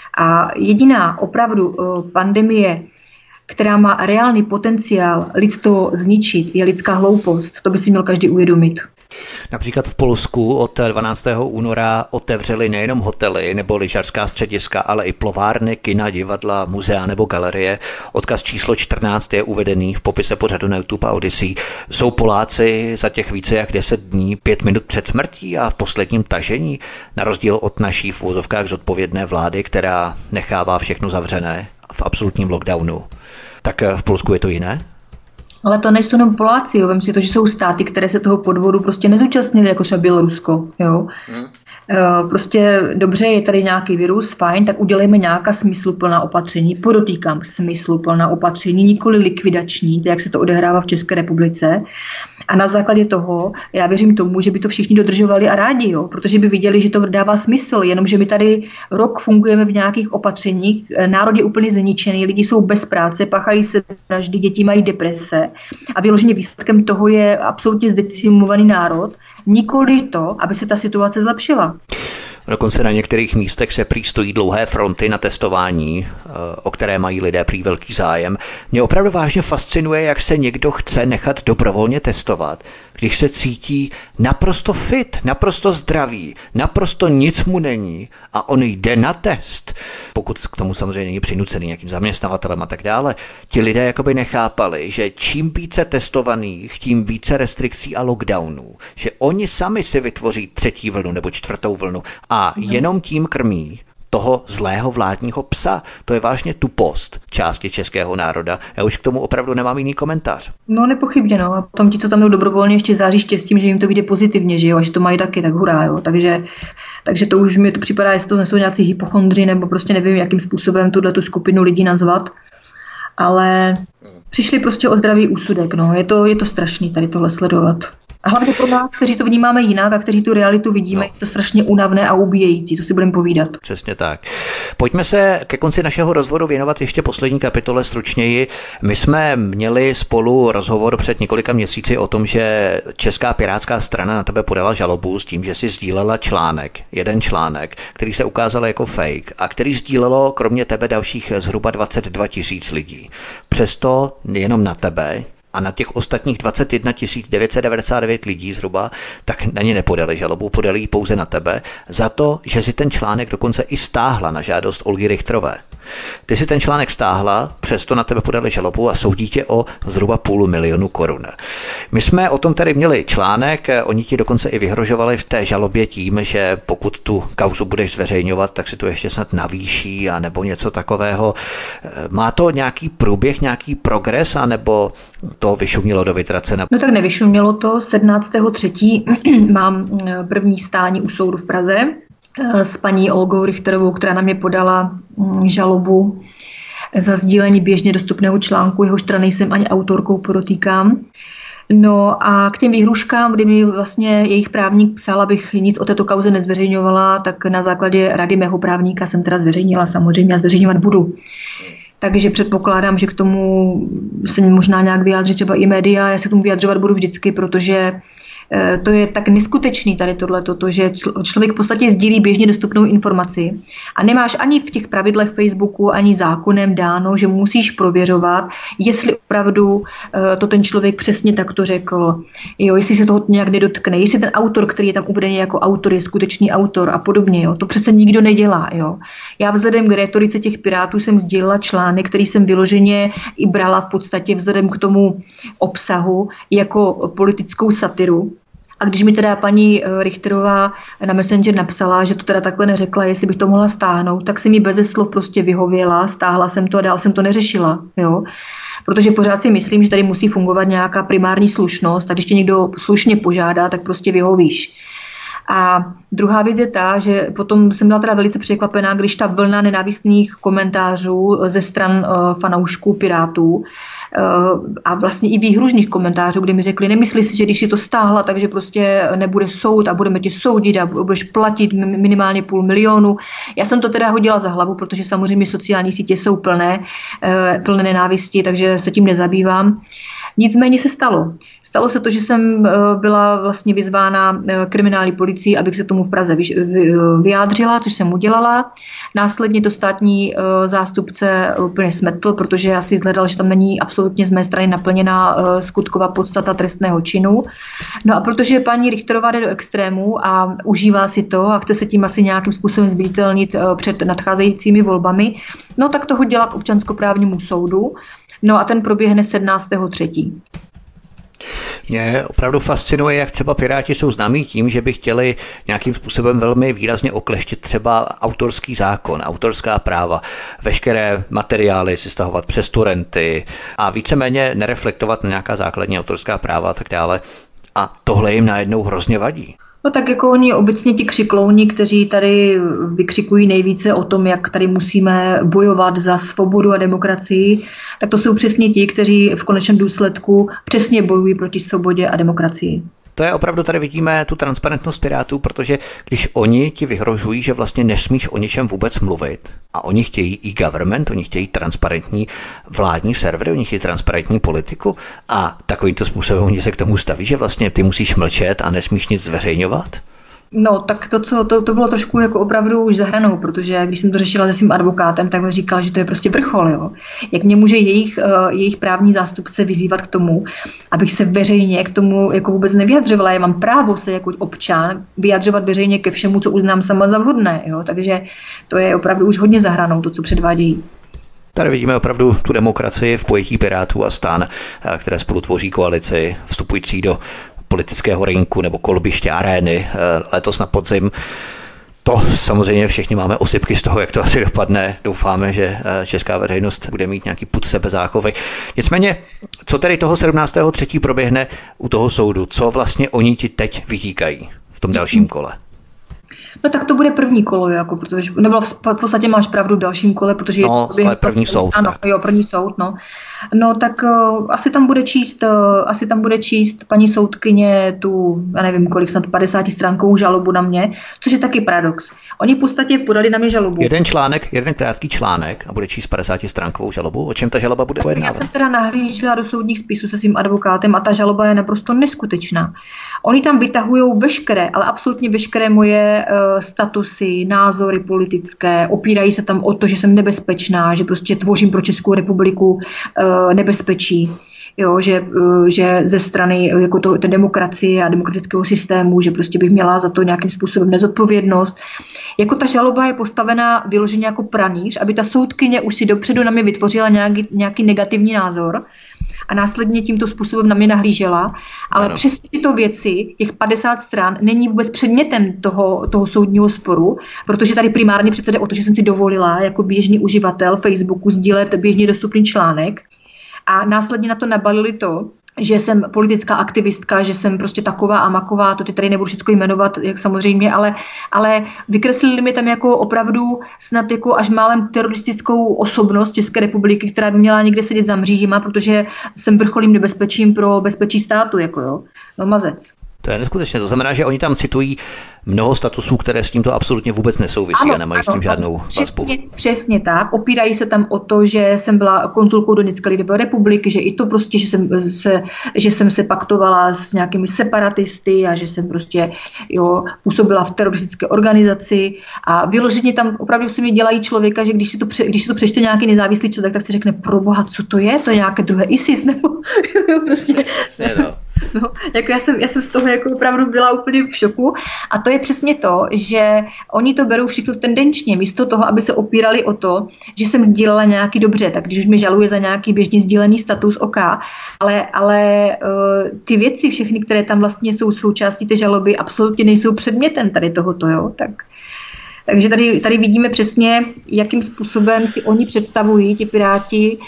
A jediná opravdu pandemie, která má reálný potenciál lidstvo zničit, je lidská hloupost. To by si měl každý uvědomit. Například v Polsku od dvanáctého února otevřeli nejenom hotely nebo lyžařská střediska, ale i plovárny, kina, divadla, muzea nebo galerie. Odkaz číslo čtrnáct je uvedený v popise pořadu na YouTube a Odyssey. Jsou Poláci za těch více jak deset dní pět minut před smrtí a v posledním tažení, na rozdíl od naší v úvozovkách zodpovědné vlády, která nechává všechno zavřené v absolutním lockdownu. Tak v Polsku je to jiné? Ale to nejsou jenom Poláci, jo. Vem si to, že jsou státy, které se toho podvodu prostě nezúčastnily, jako třeba Bělorusko. Jo. Hmm. Prostě dobře, je tady nějaký virus, fajn, tak udělejme nějaká smysluplná opatření, podotýkám smysluplná opatření, nikoli likvidační, jak se to odehrává v České republice. A na základě toho já věřím tomu, že by to všichni dodržovali a rádi, jo, protože by viděli, že to dává smysl, jenomže my tady rok fungujeme v nějakých opatřeních, národ je úplně zničený, lidi jsou bez práce, pachají se vraždy, děti mají deprese a vyloženě výsledkem toho je absolutně zdecimovaný národ, nikoli to, aby se ta situace zlepšila. Dokonce na některých místech se prý stojí dlouhé fronty na testování, o které mají lidé prý velký zájem. Mě opravdu vážně fascinuje, jak se někdo chce nechat dobrovolně testovat, když se cítí naprosto fit, naprosto zdravý, naprosto nic mu není a on jde na test. Pokud k tomu samozřejmě není přinucený nějakým zaměstnavatelem a tak dále, ti lidé jakoby nechápali, že čím více testovaných, tím více restrikcí a lockdownů, že oni sami si vytvoří třetí vlnu nebo čtvrtou vlnu a jenom tím krmí toho zlého vládního psa. To je vážně tupost části českého národa. Já už k tomu opravdu nemám jiný komentář. No nepochybně, no. A potom ti, co tam jdou dobrovolně, ještě září štěstím, že jim to vyjde pozitivně, že jo, a že to mají taky, tak hurá, jo. Takže, takže to už mi to připadá, jestli to nejsou nějací hypochondři, nebo prostě nevím, jakým způsobem tuhle tu skupinu lidí nazvat. Ale přišli prostě o zdravý úsudek, no. Je to, je to strašný tady tohle sledovat. A hlavně pro nás, kteří to vnímáme jinak a kteří tu realitu vidíme, no. Je to strašně únavné a ubíjející, to si budeme povídat. Přesně tak. Pojďme se ke konci našeho rozhovoru věnovat ještě poslední kapitole stručněji. My jsme měli spolu rozhovor před několika měsíci o tom, že Česká pirátská strana na tebe podala žalobu s tím, že si sdílela článek, jeden článek, který se ukázal jako fake a který sdílelo kromě tebe dalších zhruba dvacet dva tisíc lidí. Přesto jenom na tebe a na těch ostatních dvacet jedna tisíc devět set devadesát devět lidí zhruba, tak na ně nepodali žalobu, podali ji pouze na tebe, za to, že si ten článek dokonce i stáhla na žádost Olgy Richterové. Ty si ten článek stáhla, přesto na tebe podali žalobu a soudí tě o zhruba půl milionu korun. My jsme o tom tady měli článek, oni ti dokonce i vyhrožovali v té žalobě tím, že pokud tu kauzu budeš zveřejňovat, tak si to ještě snad navýší a nebo něco takového. Má to nějaký průběh, nějaký progres, anebo to vyšumělo do vytrace? No tak nevyšumělo to. sedmnáctého třetího mám první stání u soudu v Praze s paní Olgou Richterovou, která na mě podala žalobu za sdílení běžně dostupného článku, jehož teda nejsem ani autorkou, podotýkám. No a k těm výhruškám, kdy mi vlastně jejich právník psal, abych nic o této kauze nezveřejňovala, tak na základě rady mého právníka jsem teda zveřejnila samozřejmě a zveřejňovat budu. Takže předpokládám, že k tomu se možná nějak vyjádří třeba i média, já se k tomu vyjadřovat budu vždycky, protože to je tak neskutečný tady tohleto, to, že člověk v podstatě sdílí běžně dostupnou informaci a nemáš ani v těch pravidlech Facebooku, ani zákonem dáno, že musíš prověřovat, jestli opravdu to ten člověk přesně takto řekl, jo, jestli se toho nějak nedotkne, jestli ten autor, který je tam uvedený jako autor, je skutečný autor a podobně, jo, to přece nikdo nedělá, jo. Já vzhledem k rétorice těch pirátů jsem sdílela článek, který jsem vyloženě i brala v podstatě vzhledem k tomu obsahu jako politickou satiru. A když mi teda paní Richterová na Messenger napsala, že to teda takhle neřekla, jestli bych to mohla stáhnout, tak si mi beze slov prostě vyhověla, stáhla jsem to a dál jsem to neřešila, jo. Protože pořád si myslím, že tady musí fungovat nějaká primární slušnost a když tě někdo slušně požádá, tak prostě vyhovíš. A druhá věc je ta, že potom jsem byla teda velice překvapená, když ta vlna nenávistných komentářů ze stran uh, fanoušků Pirátů uh, a vlastně i výhružných komentářů, kde mi řekli, nemyslí si, že když si to stáhla, takže prostě nebude soud a budeme tě soudit a budeš platit minimálně půl milionu. Já jsem to teda hodila za hlavu, protože samozřejmě sociální sítě jsou plné, uh, plné nenávisti, takže se tím nezabývám. Nicméně se stalo. Stalo se to, že jsem byla vlastně vyzvána kriminální policií, abych se tomu v Praze vyjádřila, což jsem udělala. Následně to státní zástupce úplně smetl, protože já si zhledal, že tam není absolutně z mé strany naplněná skutková podstata trestného činu. No a protože paní Richterová jde do extrému a užívá si to a chce se tím asi nějakým způsobem zviditelnit před nadcházejícími volbami, no tak to hodila k občanskoprávnímu soudu. No a ten proběhne sedmnáctého třetího Mě opravdu fascinuje, jak třeba Piráti jsou známí tím, že by chtěli nějakým způsobem velmi výrazně okleštit třeba autorský zákon, autorská práva, veškeré materiály si stahovat přes torrenty a víceméně nereflektovat na nějaká základní autorská práva a tak dále. A tohle jim najednou hrozně vadí. No tak jako oni obecně ti křiklouni, kteří tady vykřikují nejvíce o tom, jak tady musíme bojovat za svobodu a demokracii, tak to jsou přesně ti, kteří v konečném důsledku přesně bojují proti svobodě a demokracii. To je opravdu, tady vidíme tu transparentnost Pirátů, protože když oni ti vyhrožují, že vlastně nesmíš o ničem vůbec mluvit a oni chtějí e-government, oni chtějí transparentní vládní servery, oni chtějí transparentní politiku a takovýmto způsobem oni se k tomu staví, že vlastně ty musíš mlčet a nesmíš nic zveřejňovat. No, tak to, co, to, to bylo trošku jako opravdu už za hranou, protože když jsem to řešila se svým advokátem, tak mi říkal, že to je prostě vrchol, jo. Jak mě může jejich, uh, jejich právní zástupce vyzývat k tomu, abych se veřejně k tomu jako vůbec nevyjadřovala. Já mám právo se jako občan vyjadřovat veřejně ke všemu, co uznám sama za vhodné, jo. Takže to je opravdu už hodně za hranou, to, co předvádějí. Tady vidíme opravdu tu demokracii v pojetí Pirátů a STAN, které spolu tvoří koalici, vstupující do politického rinku nebo kolbiště arény letos na podzim. To samozřejmě všichni máme osypky z toho, jak to asi dopadne. Doufáme, že česká veřejnost bude mít nějaký pud sebezáchovy. Nicméně, co tedy toho sedmnáctého třetího proběhne u toho soudu? Co vlastně oni ti teď vytýkají v tom dalším kole? No tak to bude první kolo, jako, protože, nebo v podstatě máš pravdu v dalším kole, protože no, je ale první soud. Ano, jo, první soud, no. No tak uh, asi tam bude číst, uh, asi tam bude číst paní soudkyně tu, já nevím kolik, snad padesátistránkovou žalobu na mě, což je taky paradox. Oni v podstatě podali na mě žalobu. Jeden článek, jeden krátký článek a bude číst padesátistránkovou žalobu. O čem ta žaloba bude pojednávat? Já jsem teda nahlížela do soudních spisů se svým advokátem a ta žaloba je naprosto neskutečná. Oni tam vytahují veškeré, ale absolutně veškeré moje uh, statusy, názory politické, opírají se tam o to, že jsem nebezpečná, že prostě tvořím pro Českou republiku uh, nebezpečí. Jo, že, uh, že ze strany uh, jako to, té demokracie a demokratického systému, že prostě bych měla za to nějakým způsobem nezodpovědnost. Jako ta žaloba je postavená vyloženě jako pranýř, aby ta soudkyně už si dopředu na mě vytvořila nějaký, nějaký negativní názor a následně tímto způsobem na mě nahlížela. Ale ano. Přesně tyto věci, těch padesát stran, není vůbec předmětem toho, toho soudního sporu, protože tady primárně přece jde o to, že jsem si dovolila jako běžný uživatel Facebooku sdílet běžně dostupný článek a následně na to nabalili to, že jsem politická aktivistka, že jsem prostě taková a maková, to ty tady nebudu všechno jmenovat, jak samozřejmě, ale, ale vykreslili mi tam jako opravdu snad jako až málem teroristickou osobnost České republiky, která by měla někde sedět za mřížima, protože jsem vrcholným nebezpečím pro bezpečí státu, jako jo, no mazec. To je neskutečné, to znamená, že oni tam citují mnoho statusů, které s tímto absolutně vůbec nesouvisí ano, a nemají ano, s tím žádnou vazbu. Přesně, přesně tak. Opírají se tam o to, že jsem byla konzulkou Doněcké lidové republiky, že i to prostě, že jsem se, že jsem se paktovala s nějakými separatisty a že jsem prostě jo, působila v teroristické organizaci a vyloženě tam opravdu se mi dělají člověka, že když si to, pře, když si to přečte nějaký nezávislý člověk, tak si řekne, proboha, co to je? To je nějaké druhé ISIS? Nebo prostě... No, jako já, jsem, já jsem z toho jako opravdu byla úplně v šoku a to je přesně to, že oni to berou všechno tendenčně, místo toho, aby se opírali o to, že jsem sdílela nějaký dobře, tak když už mi žaluje za nějaký běžně sdílený status OK, ale, ale uh, ty věci všechny, které tam vlastně jsou součástí té žaloby, absolutně nejsou předmětem tady tohoto, jo, tak... Takže tady, tady vidíme přesně, jakým způsobem si oni představují, ti Piráti,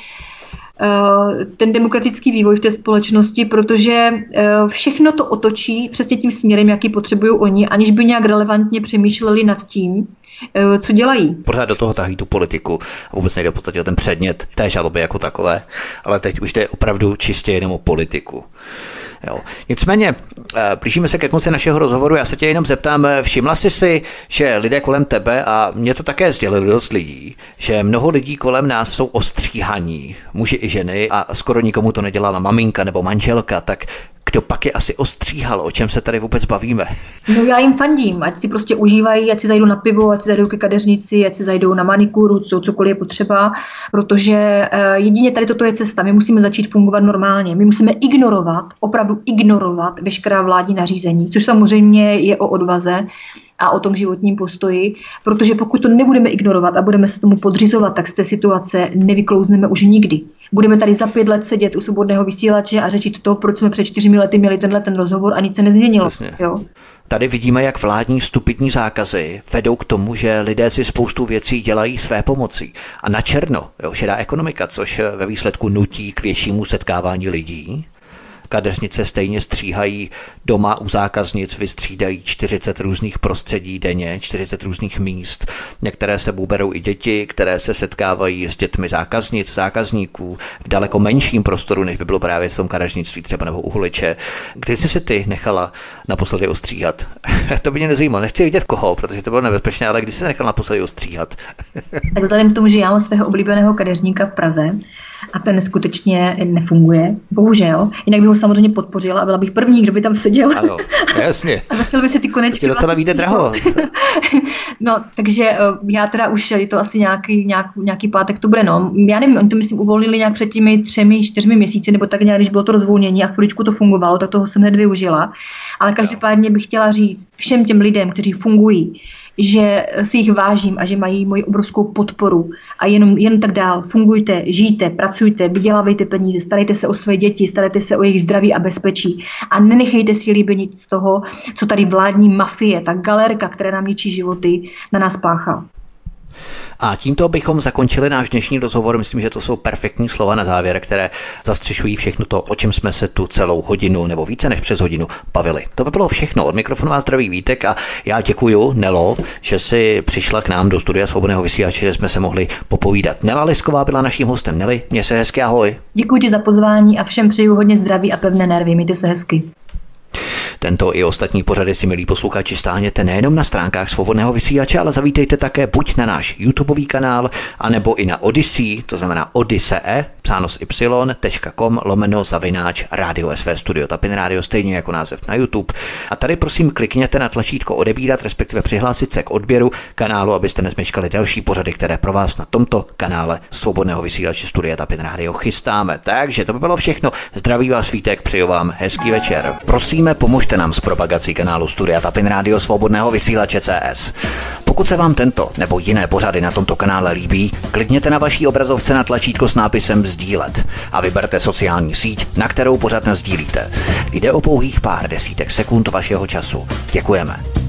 ten demokratický vývoj v té společnosti, protože všechno to otočí přesně tím směrem, jaký potřebují oni, aniž by nějak relevantně přemýšleli nad tím, co dělají. Pořád do toho tahají tu politiku a vůbec nejde v podstatě o ten předmět té žaloby jako takové, ale teď už jde opravdu čistě jenom o politiku. Jo. Nicméně, blížíme se ke konci našeho rozhovoru, já se tě jenom zeptám, všimla jsi si, že lidé kolem tebe, a mě to také sdělili dost lidí, že mnoho lidí kolem nás jsou ostříhaní, muži i ženy, a skoro nikomu to nedělala maminka nebo manželka, tak kdo pak je asi ostříhal, o čem se tady vůbec bavíme? No já jim fandím, ať si prostě užívají, ať si zajdou na pivo, ať si zajdou ke kadeřnici, ať si zajdou na manikuru, co, cokoliv je potřeba, protože uh, jedině tady toto je cesta. My musíme začít fungovat normálně. My musíme ignorovat, opravdu ignorovat veškerá vládní nařízení, což samozřejmě je o odvaze a o tom životním postoji, protože pokud to nebudeme ignorovat a budeme se tomu podřizovat, tak z té situace nevyklouzneme už nikdy. Budeme tady za pět let sedět u Svobodného vysílače a řečit to, proč jsme před čtyřmi lety měli tenhle ten rozhovor a nic se nezměnilo. Jo? Tady vidíme, jak vládní stupidní zákazy vedou k tomu, že lidé si spoustu věcí dělají své pomocí. A na černo, jo, šedá ekonomika, což ve výsledku nutí k většímu setkávání lidí. Kadeřnice stejně stříhají doma u zákaznic, vystřídají čtyřicet různých prostředí denně, čtyřicet různých míst. Některé se berou i děti, které se setkávají s dětmi zákaznic, zákazníků v daleko menším prostoru, než by bylo právě v tom kadeřnictví třeba nebo u Huliče. Kdy jsi si ty nechala naposledy ostříhat? To by mě nezajímalo, nechci vidět koho, protože to bylo nebezpečné, ale kdy jsi nechal naposledy ostříhat? Tak vzhledem k tomu, že já mám svého oblíbeného kadeřníka v Praze, a ten skutečně nefunguje, bohužel. Jinak bych ho samozřejmě podpořila a byla bych první, kdo by tam seděl. Ano, jasně. A zašel by si ty konečky. To docela vyjde draho. No, takže já teda už, je to asi nějaký, nějaký, nějaký pátek to bude, no. Já nevím, oni to myslím uvolnili nějak před těmi třemi, čtyřmi měsíci, nebo tak nějak, když bylo to rozvolnění a chviličku to fungovalo, tak toho jsem hned využila. Ale každopádně bych chtěla říct všem těm lidem, kteří fungují, že si jich vážím a že mají moji obrovskou podporu a jenom, jen tak dál. Fungujte, žijte, pracujte, vydělávejte peníze, starejte se o své děti, starejte se o jejich zdraví a bezpečí a nenechejte si líbit z toho, co tady vládní mafie, ta galerka, která nám ničí životy, na nás páchá. A tímto bychom zakončili náš dnešní rozhovor. Myslím, že to jsou perfektní slova na závěr, které zastřešují všechno to, o čem jsme se tu celou hodinu nebo více než přes hodinu bavili. To by bylo všechno. Od mikrofonu vás zdraví Vítek a já děkuju, Nelo, že jsi přišla k nám do studia Svobodného vysílače, že jsme se mohli popovídat. Nela Lisková byla naším hostem. Neli, měj se hezky, ahoj. Děkuji ti za pozvání a všem přeju hodně zdraví a pevné nervy. Mějte se hezky. Tento i ostatní pořady si, milí posluchači, stáhněte nejenom na stránkách Svobodného vysílače, ale zavítejte také buď na náš YouTubeový kanál, anebo i na Odyssey, to znamená odyssee, psáno s y.com, lomeno zavináč Radio S V Studio Tapin Radio, stejně jako název na YouTube. A tady prosím klikněte na tlačítko odebírat, respektive přihlásit se k odběru kanálu, abyste nezmeškali další pořady, které pro vás na tomto kanále Svobodného vysílače Studia Tapin Radio chystáme. Takže to by bylo všechno. Zdraví vás Vítek, přeju vám hezký večer. Prosíme, pomožte nám s propagací kanálu Studia Tapin Radio Svobodného vysílače C S. Pokud se vám tento nebo jiné pořady na tomto kanále líbí, klikněte na vaší obrazovce na tlačítko s nápisem sdílet a vyberte sociální síť, na kterou pořad nasdílíte. Jde o pouhých pár desítek sekund vašeho času. Děkujeme.